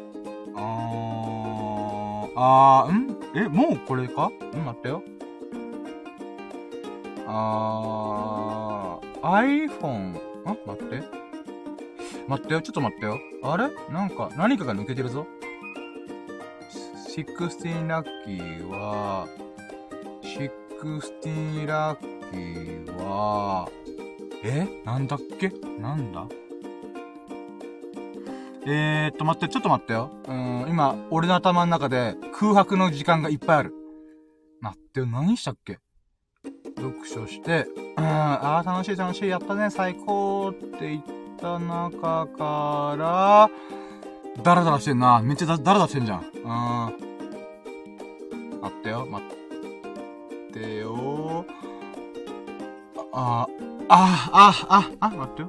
あー、あー、んえ、もうこれかん待ってよ。あー、iPhone、ん待って。待ってよ、ちょっと待ってよ。あれなんか、何かが抜けてるぞ。シックスティーンラッキーは、シックスティーンラッキーは、えなんだっけなんだえーっと、待って、ちょっと待ってよ。うーん、今、俺の頭の中で空白の時間がいっぱいある。待ってよ、何したっけ読書して、うん、あー、楽しい楽しい、やったね、最高って言った中から、ダラダラしてんな。めっちゃダラダラしてんじゃん。うん。待ってよ、待ってよ。あ、あ、あ、あ、あ、待ってよ。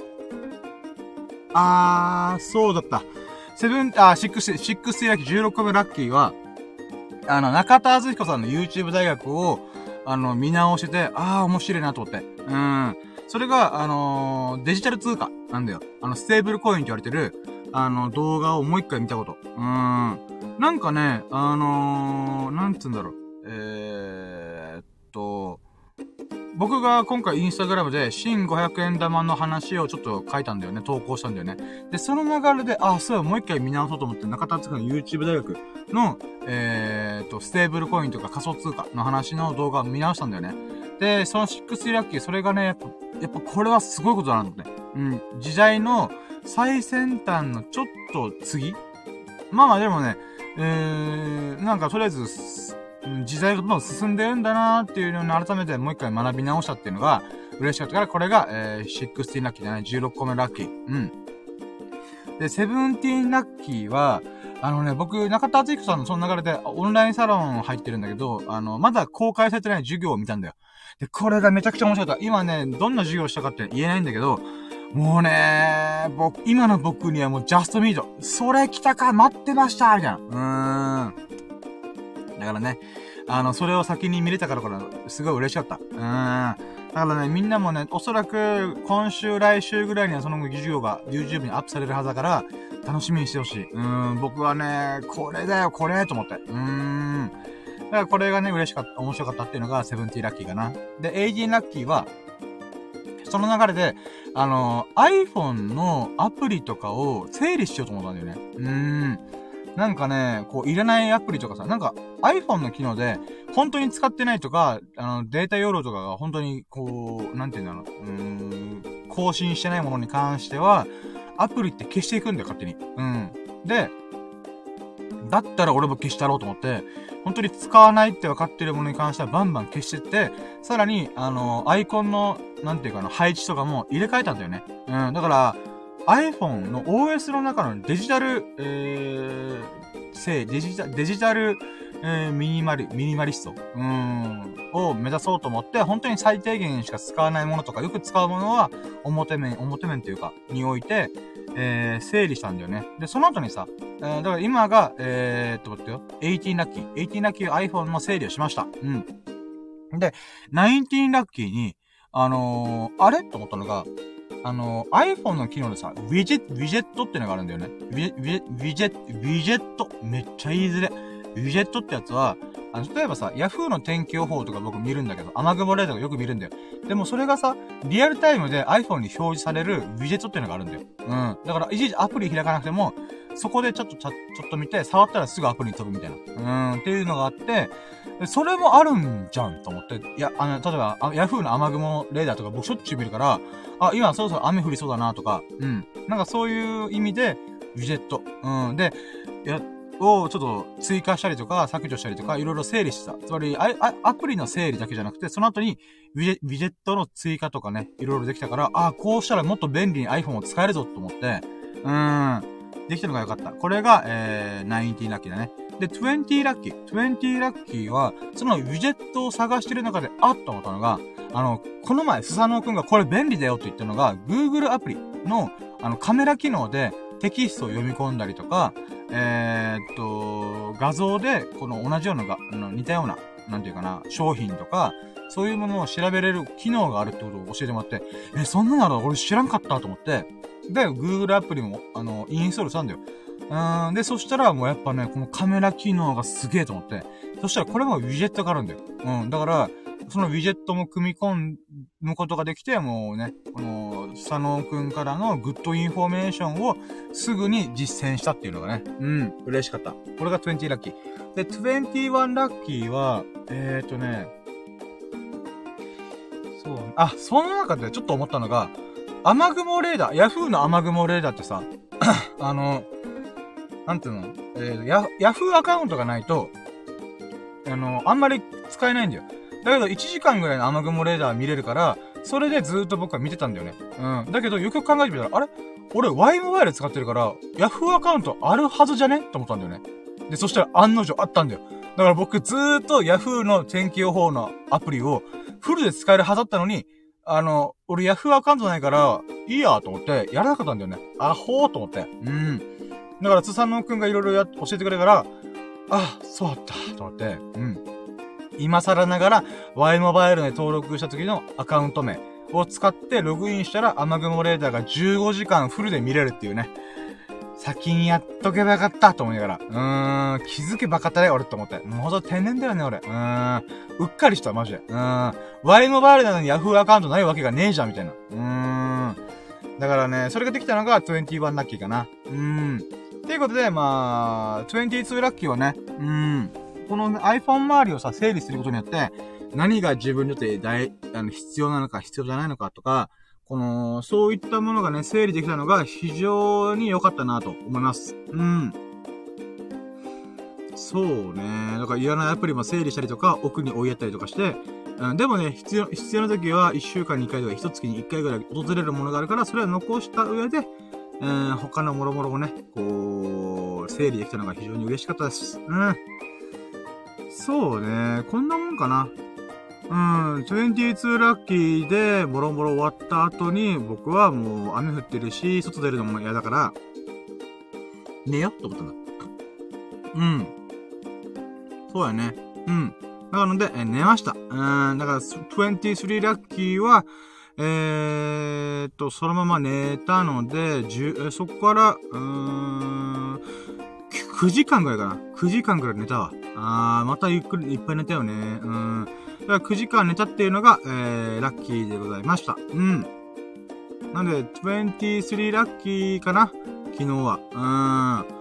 あー、そうだった。セブン、あ、シックス、シックスラッキー、じゅうろっこめラッキーは、あの、中田敦彦さんの YouTube 大学を、あの、見直してて、あー、面白いなと思って。うん。それが、あのー、デジタル通貨なんだよ。あの、ステーブルコインって言われてる、あの、動画をもう一回見たこと。うん。なんかね、あのー、なんつうんだろう。えーっと、僕が今回インスタグラムで新ごひゃくえん玉の話をちょっと書いたんだよね。投稿したんだよね。で、その流れで、あ、そうや、もう一回見直そうと思って中田敦子の YouTube 大学の、えーっと、ステーブルコインとか仮想通貨の話の動画を見直したんだよね。で、そのシックスラッキー、それがね、やっぱ、やっぱこれはすごいことだなって。うん。時代の最先端のちょっと次まあまあでもね、えー、なんかとりあえず、時代がどんどん進んでるんだなーっていうのに改めてもう一回学び直したっていうのが嬉しかったから、これが、えー、じゅうろくラッキーじゃない、じゅうろっこめラッキー。うん。で、じゅうななラッキーは、あのね、僕、中田敦彦さんのその流れでオンラインサロン入ってるんだけど、あの、まだ公開されてない授業を見たんだよ。で、これがめちゃくちゃ面白かった。今ね、どんな授業をしたかって言えないんだけど、もうねー、僕、今の僕にはもうジャストミート。それ来たか待ってましたみたいな。うーん。だからね、あの、それを先に見れたからから、すごい嬉しかった。うーん。だからね、みんなもね、おそらく、今週、来週ぐらいにはその授業が YouTube にアップされるはずだから、楽しみにしてほしい。うーん、僕はね、これだよ、これと思って。うーん。だからこれがね、嬉しかった、面白かったっていうのが、セブンティーラッキーかな。で、エイティーンラッキーは、その流れで、あの、iPhone のアプリとかを整理しようと思ったんだよね。うーん。 なんかね、こう、いらないアプリとかさ、なんか iPhone の機能で、本当に使ってないとか、あの、データ容量とかが本当に、こう、なんていうんだろう、うーん、更新してないものに関しては、アプリって消していくんだよ、勝手に。うん。で、だったら俺も消してやろうと思って、本当に使わないって分かってるものに関してはバンバン消してって、さらに、あの、アイコンの、なんていうかな、配置とかも入れ替えたんだよね。うん。だから、iPhone の オーエス の中のデジタル、えー、せデジタ、デジタル、えー、ミニマリ、ミニマリスト、うーん、を目指そうと思って、本当に最低限しか使わないものとか、よく使うものは、表面、表面というか、において、えー、整理したんだよね。で、その後にさ、えー、だから今が、えー、っと、待ってよ、じゅうはちラッキー。じゅうはちラッキー iPhone の整理をしました。うん。で、じゅうきゅうラッキーに、あのー、あれと思ったのが、あのー、iPhone の機能でさ、ウィジェット、ウィジェットってのがあるんだよね。ウィ、ウィ、ウィジェット、ウィジェット。めっちゃ言いづれ。ウィジェットってやつは、あの、例えばさ、Yahoo の天気予報とか僕見るんだけど、雨雲レーダーとかよく見るんだよ。でもそれがさ、リアルタイムで iPhone に表示されるウィジェットっていうのがあるんだよ。うん。だから、いちいちアプリ開かなくても、そこでちょっとちょ、ちょっと見て、触ったらすぐアプリに飛ぶみたいな。うん、っていうのがあって、それもあるんじゃんと思って。いや、あの、例えば、Yahoo の雨雲レーダーとか僕しょっちゅう見るから、あ、今そろそろ雨降りそうだなとか、うん。なんかそういう意味で、ウィジェット。うん。で、いや、をちょっと追加したりとか、削除したりとか、いろいろ整理してた。つまり、あ、あ、アプリの整理だけじゃなくて、その後にウィジェ、ウィジェットの追加とかね、いろいろできたから、あ、こうしたらもっと便利に iPhone を使えるぞと思って、うーん。できたのが良かった。これが、えー、じゅうラッキーだね。で、にじゅうラッキー。にじゅうラッキーは、そのウィジェットを探してる中で、あっと思ったのが、あの、この前、スサノオくんがこれ便利だよと言ったのが、Google アプリの、あの、カメラ機能でテキストを読み込んだりとか、えー、っと、画像で、この同じようなが、あの、似たような、なんていうかな、商品とか、そういうものを調べれる機能があるってことを教えてもらって、え、そんなの俺知らんかったと思って、で、Google アプリも、あの、インストールしたんだよ。うーん、で、そしたらもうやっぱね、このカメラ機能がすげえと思って、そしたらこれもウィジェットがあるんだよ。うん、だから、そのウィジェットも組み込むことができて、もうね、この、佐野くんからのグッドインフォメーションをすぐに実践したっていうのがね、うん、嬉しかった。これがにじゅうラッキー。で、にじゅういちラッキーは、えーとね、そう、あ、その中でちょっと思ったのが、雨雲レーダー、Yahoo の雨雲レーダーってさ、あの、なんていうの、えー、ヤ、Yahoo アカウントがないと、あの、あんまり使えないんだよ。だけどいちじかんぐらいの雨雲レーダー見れるから、それでずーっと僕は見てたんだよね。うん。だけどよくよく考えてみたら、あれ俺 Y モバイル使ってるから、Yahoo アカウントあるはずじゃねと思ったんだよね。で、そしたら案の定あったんだよ。だから僕ずーっと Yahoo の天気予報のアプリをフルで使えるはずだったのに、あの、俺 Yahoo アカウントないから、いいやと思ってやらなかったんだよね。アホーと思って。うん。だから、つさのくんがいろいろや、教えてくれるから、あ、そうだった、と思って、うん。今更ながら、Y モバイルで登録した時のアカウント名を使ってログインしたら、雨雲レーダーがじゅうごじかんフルで見れるっていうね。先にやっとけばよかった、と思いながら。うーん、気づけばかったね、俺と思って。もうほんと天然だよね、俺。うーん、うっかりした、マジで。うーん、Y モバイルなのに Yahoo アカウントないわけがねえじゃん、みたいな。うーん。だからね、それができたのがにじゅういちラッキーかな。うーん。ということで、まあ、にじゅうにラッキーはね、うーん、この iPhone 周りをさ、整理することによって、何が自分にとって大、あの、必要なのか、必要じゃないのかとか、この、そういったものがね、整理できたのが非常に良かったなと思います。うん。そうね。だからいらないアプリも整理したりとか、奥に追いやったりとかして、うん、でもね、必要、必要な時はいっしゅうかんにいっかいとかいっかげつにいっかいぐらい訪れるものがあるから、それは残した上で、えー、他のもろもろもね、こう、整理できたのが非常に嬉しかったです。うん。そうね。こんなもんかな。うん。にじゅうにラッキーで、もろもろ終わった後に、僕はもう雨降ってるし、外出るのも嫌だから、寝よって思ったんだ。うん。そうやね。うん。なので、え寝ました。うん。だから、にじゅうさんラッキーは、えーっと、そのまま寝たので、じゅう、えそこから、うーん、くじかんぐらいかな。くじかんぐらい寝たわ。あー、またゆっくりいっぱい寝たよね。うん。だからくじかん寝たっていうのが、えー、ラッキーでございました。うん。なんで、にじゅうさんラッキーかな昨日は。うん。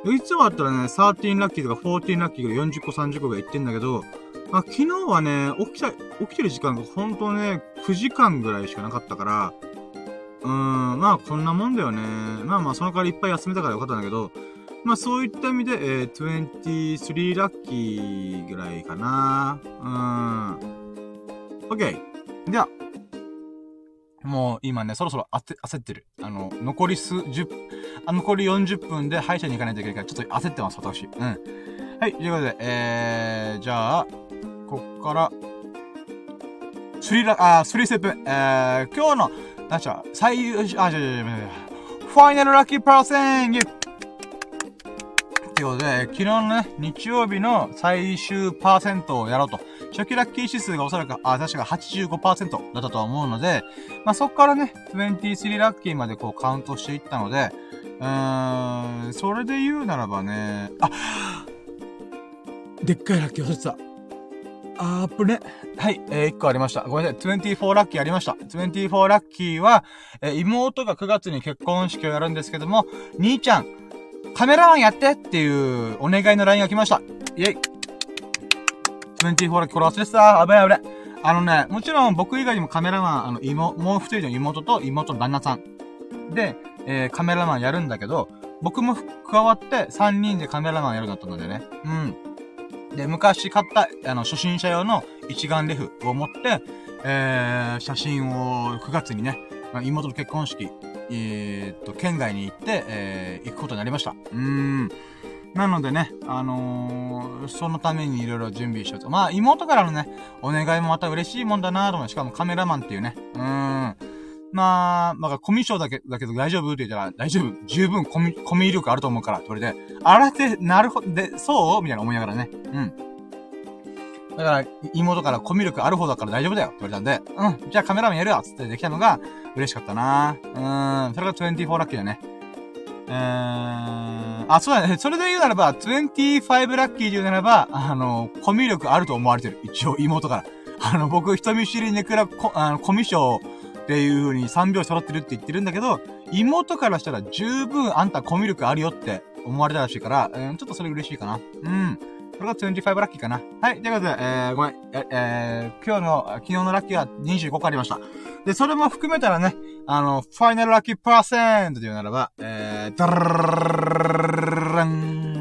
いつもあったらね、さんじゅうラッキーとかじゅうよんラッキーぐらいよんじゅっこさんじゅっこが言ってんだけど、まあ、昨日はね、起きた、起きてる時間がほんとね、くじかんぐらいしかなかったから、うーん、まあこんなもんだよね。まあまあその代わりいっぱい休めたからよかったんだけど、まあそういった意味で、えー、にじゅうさんラッキーぐらいかな。うーん。OK。では、もう今ね、そろそろ焦焦ってる。あの、残り数十、あ、残りよんじゅっぷんで歯医者に行かないといけないから、ちょっと焦ってます、私。うん。はい、ということで、えー、じゃあ、こっから、スリラ、あ、スリーステップ、えー、今日の、なんちゃ、最優秀、あ、じゃじゃじゃ、ファイナルラッキーパーセントっていうことで、昨日のね、日曜日の最終パーセントをやろうと。初期ラッキー指数がおそらく、あ、確か はちじゅうごパーセント だったと思うので、まあ、そっからね、にじゅうさんラッキーまでこうカウントしていったので、うーん、それで言うならばね、あ、でっかいラッキー忘れてた。あーぷね。はい、えー、いっこありました。ごめんなさい。にじゅうよんラッキーありました。にじゅうよんラッキーは、えー、妹がくがつに結婚式をやるんですけども、兄ちゃん、カメラマンやってっていうお願いの ライン が来ました。イェイ。にじゅうよんラッキー、これ忘れてた。危ない危ない。あのね、もちろん僕以外にもカメラマン、あの、妹、もう一人の妹と妹の旦那さん。で、えー、カメラマンやるんだけど、僕も加わってさんにんでカメラマンやるんだったのでね。うん。で、昔買った、あの、初心者用の一眼レフを持って、えー、写真をくがつにね、妹の結婚式、えー、っと、県外に行って、えー、行くことになりました。うーん。なのでね、あのー、そのためにいろいろ準備しようと。まあ、妹からのね、お願いもまた嬉しいもんだなと思う。しかもカメラマンっていうね。うーん。まあ、まあ、コミュ障だけ、だけど大丈夫って言ったら、大丈夫。十分コミ、コミュ力あると思うから、それで。あらって、なるほど、で、そうみたいな思いながらね。うん。だから、妹からコミュ力ある方だから大丈夫だよって言われたんで、うん、じゃあカメラマンやるよつってできたのが嬉しかったな。うーん、それがにじゅうよんラッキーだね。えー、あ、そうだね。それで言うならば、にじゅうごラッキーで言うならば、あの、コミュ力あると思われてる。一応、妹から。あの、僕、人見知りネクラ、コ、あの、コミュ障っていう風にさんびょう揃ってるって言ってるんだけど、妹からしたら十分あんたコミュ力あるよって思われたらしいから、うん、ちょっとそれ嬉しいかな。うん。これがにじゅうごラッキーかな。はい。ということで、えー、ごめん。え、えー、今日の、昨日のラッキーはにじゅうご個ありました。で、それも含めたらね、あの、ファイナルラッキーパーセントというならば、えー、ダララン、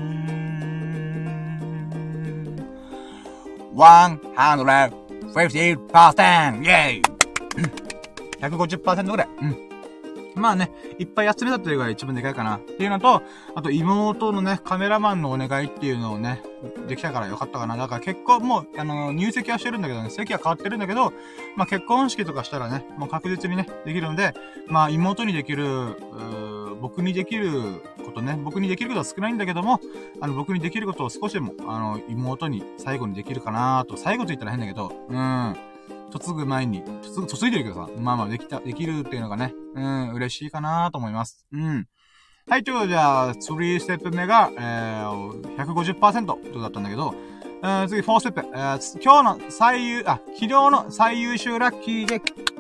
ひゃくごじゅっパーセント! イェーイ !ひゃくごじゅっパーセント ぐらい。うん。まあね、いっぱい休めたというのが一番でかいかな。っていうのと、あと妹のね、カメラマンのお願いっていうのをね、できたからよかったかな。だから結婚、もう、あの、入籍はしてるんだけどね、席は変わってるんだけど、まあ結婚式とかしたらね、もう確実にね、できるので、まあ妹にできる、う僕にできることね、僕にできることは少ないんだけども、あの、僕にできることを少しでも、あの、妹に最後にできるかなと、最後と言ったら変だけど、うん。嫁ぐ前に、嫁、嫁いでるけどさ、まあまあできた、できるっていうのがね、うん、嬉しいかなと思います。うん。はい、ということで、じゃあ、さんステップ目が、えー、ひゃくごじゅっパーセント とだったんだけど、えー、次、よんステップ、えー、今日の最優、あ、昨日の最優秀ラッキーで、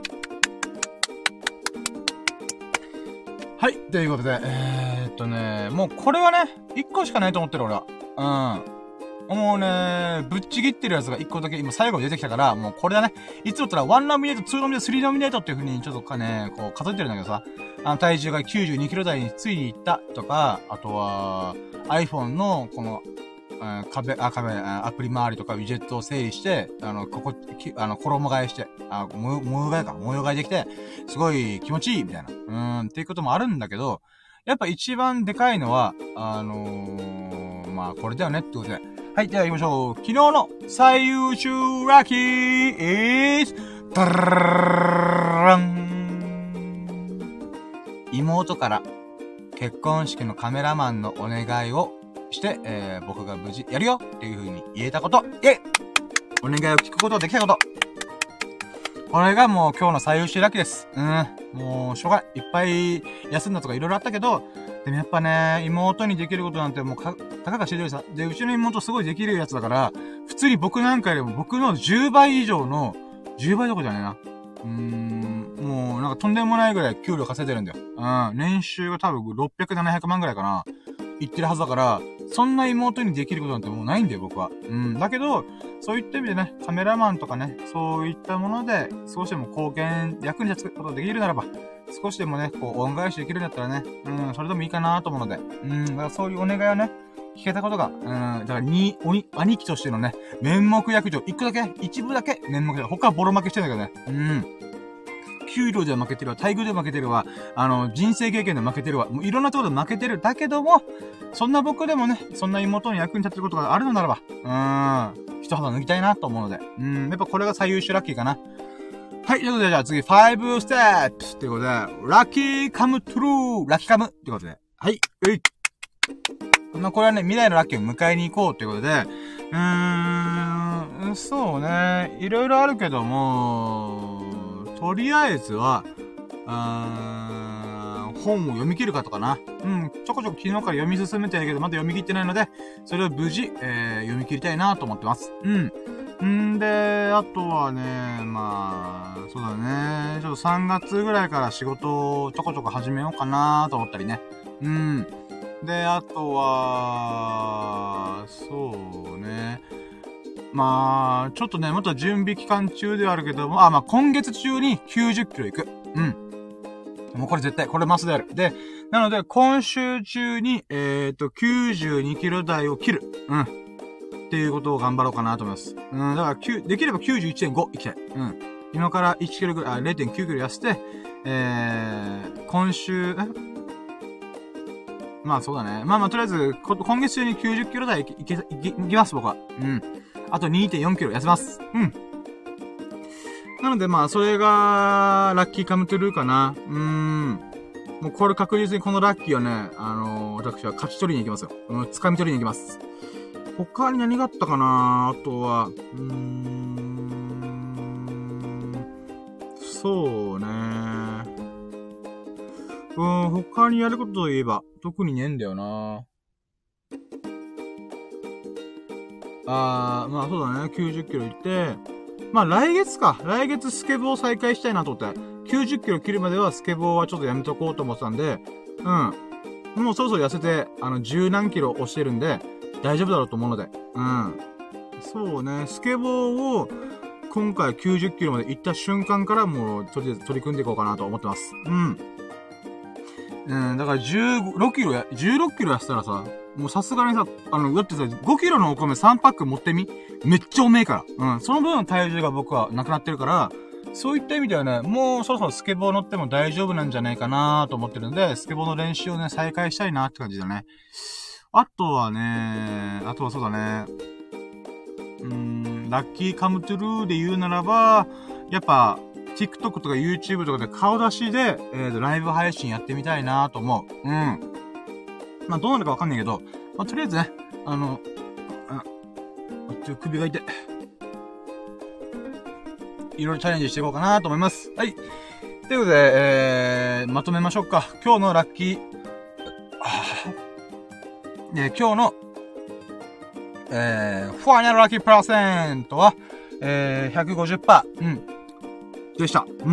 はい、ということで、えーっとね、もうこれはね、いっこしかないと思ってる俺は。うん。もうね、ぶっちぎってるやつがいっこだけ今最後に出てきたから、もうこれだね。いつもだったらいちノミネート、にノミネート、さんノミネートっていう風にちょっとかね、こう数えてるんだけどさ、あの体重がきゅうじゅうにキロ台についに行ったとか、あとは iPhone のこの、えー、壁、あ、壁、アプリ周りとかウィジェットを整理して、あの、ここ、きあの、衣替えして、あ、模様替えか、模様替えできて、すごい気持ちいいみたいな。うーん、っていうこともあるんだけど、やっぱ一番でかいのは、あのー、まあこれだよねってことで。はい、では行きましょう。昨日の最優秀ラッキー is、ダラン。妹から結婚式のカメラマンのお願いをして、えー、僕が無事やるよっていう風に言えたこと。イェイ！お願いを聞くことできたこと。これがもう今日の最優秀ラッキーです。うん。もう、しょうがない。いっぱい休んだとかいろいろあったけど、でもやっぱね、妹にできることなんてもうか、たかが知れてるさ。で、うちの妹すごいできるやつだから、普通に僕なんかよりも僕のじゅうばい以上の、じゅうばいどころじゃねえな。うーん、もうなんかとんでもないぐらい給料稼いでるんだよ。うん。年収が多分ろっぴゃく、ななひゃくまんぐらいかな。 言ってるはずだから、そんな妹にできることなんてもうないんだよ、僕は。うん。だけど、そういった意味でね、カメラマンとかね、そういったもので、少しでも貢献、役に立つことができるならば、少しでもね、こう、恩返しできるんだったらね、うん、それでもいいかなと思うので、うん、だからそういうお願いをね、聞けたことが、うん、だからに、鬼、兄貴としてのね、面目役場、一個だけ、一部だけ、面目役、他はボロ負けしてんだけどね、うん。給料で負けてるわ、待遇で負けてるわ、あの、人生経験で負けてるわ、もういろんなところで負けてる。だけども、そんな僕でもね、そんな妹に役に立てることがあるのならば、うーん、一肌脱ぎたいなと思うので、うん、やっぱこれが最優秀ラッキーかな。はい、ということで、じゃあ次、ファイブステップスということで、ラッキーカムトゥルーラッキーカムということで、はい、えい。まあ、これはね、未来のラッキーを迎えに行こうということで、うーん、そうね、いろいろあるけども、とりあえずは、あー、本を読み切るかとかな。うん、ちょこちょこ昨日から読み進めてるけど、まだ読み切ってないので、それを無事、えー、読み切りたいなと思ってます。うん。んで、あとはね、まあ、そうだね、ちょっとさんがつぐらいから仕事をちょこちょこ始めようかなと思ったりね。うん。で、あとは、そうね。まあ、ちょっとね、また準備期間中ではあるけども、あ、まあ今月中にきゅうじゅっキロ行く。うん。もうこれ絶対、これマスである。で、なので、今週中に、えっと、きゅうじゅうにキロ台を切る。うん。っていうことを頑張ろうかなと思います。うん、だから、できれば きゅうじゅういちてんご 行きたい。うん。今からいちキロぐらい、あ、れいてんきゅうキロ痩せて、えー、今週、えまあそうだね。まあまあとりあえず、今月中にきゅうじゅっキロ台いけ、いけ、いけ、いきます、僕は。うん。あと にてんよんキロ痩せます。うん。なのでまあ、それが、ラッキーカムトゥルーかな。うーん。もうこれ確実にこのラッキーをね、あのー、私は勝ち取りに行きますよ。うん、掴み取りに行きます。他に何があったかな。あとは、うーん。そうね。うん、他にやることといえば、特にねえんだよな。あー、まあそうだね。きゅうじゅっキロ行って、まあ来月か。来月スケボー再開したいなと思って。きゅうじゅっキロ切るまではスケボーはちょっとやめとこうと思ってたんで、うん。もうそろそろ痩せて、あの、十何キロ押してるんで、大丈夫だろうと思うので。うん。そうね。スケボーを、今回きゅうじゅっキロまで行った瞬間からもう、とりあえず取り組んでいこうかなと思ってます。うん。うん、だからじゅうろくキロや、じゅうろくキロやったらさ、もうさすがにさ、あの、だってさ、ごキロのお米さんパック持ってみめっちゃ重いから。うん。その分体重が僕はなくなってるから、そういった意味ではね、もうそろそろスケボー乗っても大丈夫なんじゃないかなと思ってるんで、スケボーの練習をね、再開したいなって感じだね。あとはね、あとはそうだね、うーん、ラッキーカムトゥルーで言うならば、やっぱ、TikTok とか YouTube とかで顔出しで、えーと、ライブ配信やってみたいなと思う。うん。まあ、どうなるかわかんないけど、まあ、とりあえずね、あの、あ、ちょ、首が痛い。いろいろチャレンジしていこうかなと思います。はい。ということで、えー、まとめましょうか。今日のラッキー、ね、今日の、えー、ファイナルラッキープラセントは、えー、ひゃくごじゅっパーセント。うん。でした。うん。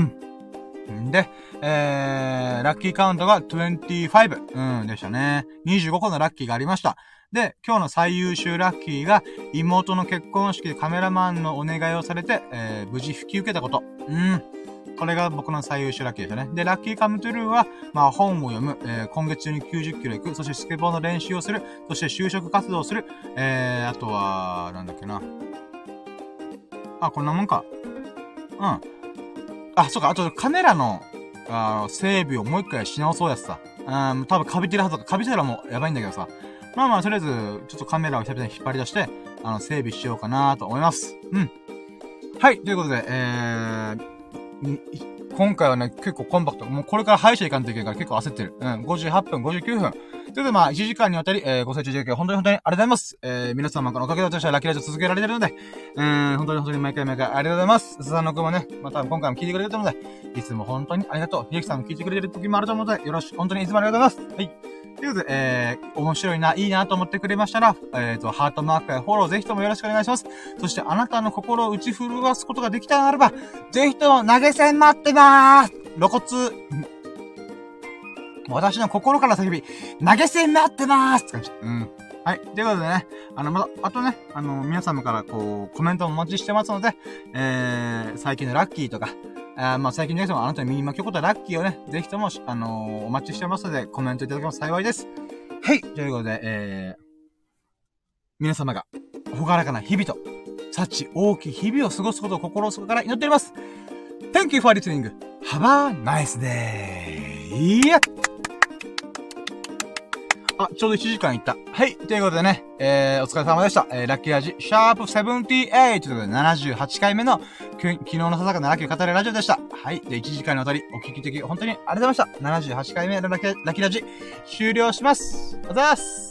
で、えー、ラッキーカウントがにじゅうご。うん、でしたね。にじゅうごこのラッキーがありました。で、今日の最優秀ラッキーが、妹の結婚式でカメラマンのお願いをされて、えー、無事引き受けたこと。うん。これが僕の最優秀ラッキーでしたね。で、ラッキーカムトゥルーは、まあ本を読む、えー、今月中にきゅうじゅっキロ行く、そしてスケボーの練習をする、そして就職活動をする、えー、あとは、なんだっけな。あ、こんなもんか。うん。あ、そうか、あとカメラの、あ整備をもう一回し直そうやつさ。うん、多分カビてるはずだ。カビてたらもうやばいんだけどさ。まあまあ、とりあえず、ちょっとカメラを久々に引っ張り出して、あの、整備しようかなと思います。うん。はい、ということで、えー、今回はね、結構コンパクト。もうこれから歯医者行かんといけないから結構焦ってる。うん、ごじゅうはっぷん、ごじゅうきゅうふん。ということでまあ、いちじかんにわたり、えー、ご清聴いただき本当に本当にありがとうございます。えー、皆様からおかげで私はラッキーラジオ続けられてるので、えー、本当に本当に毎回毎回ありがとうございます。すさのくんもね、また今回も聞いてくれてるので、いつも本当にありがとう。ひできさんも聞いてくれてる時もあると思うので、よろしく、本当にいつもありがとうございます。はい。ということで、えー、面白いな、いいなと思ってくれましたら、えっと、ハートマークやフォローぜひともよろしくお願いします。そして、あなたの心を打ち震わすことができたならば、ぜひとも投げ銭待ってまーす。露骨。 私の心から叫び、投げ銭待ってまーすって感じ。うん。はい。ということでね、あの、また、あとね、あの、皆様からこう、コメントもお待ちしてますので、えー、最近のラッキーとか、あまあ、最近の人もあなたに身に巻き起こったラッキーをね、ぜひとも、あのー、お待ちしてますので、コメントいただけますと幸いです。はい。ということで、えー、皆様が、ほがらかな日々と、幸大きい日々を過ごすことを心の底から祈っております。Thank you for listening. Have a nice day. Yeah. あ、ちょうどいちじかんいった。はい。ということでね、えー、お疲れ様でした。えー、ラッキーラジ、シャープななじゅうはちということで、ななじゅうはちかいめの、き昨日のささかなラッキーを語るラジオでした。はい。で、いちじかんにわたり、お聞き的、本当にありがとうございました。ななじゅうはちかいめのラッキーラジ、終了します。ありがとうございます。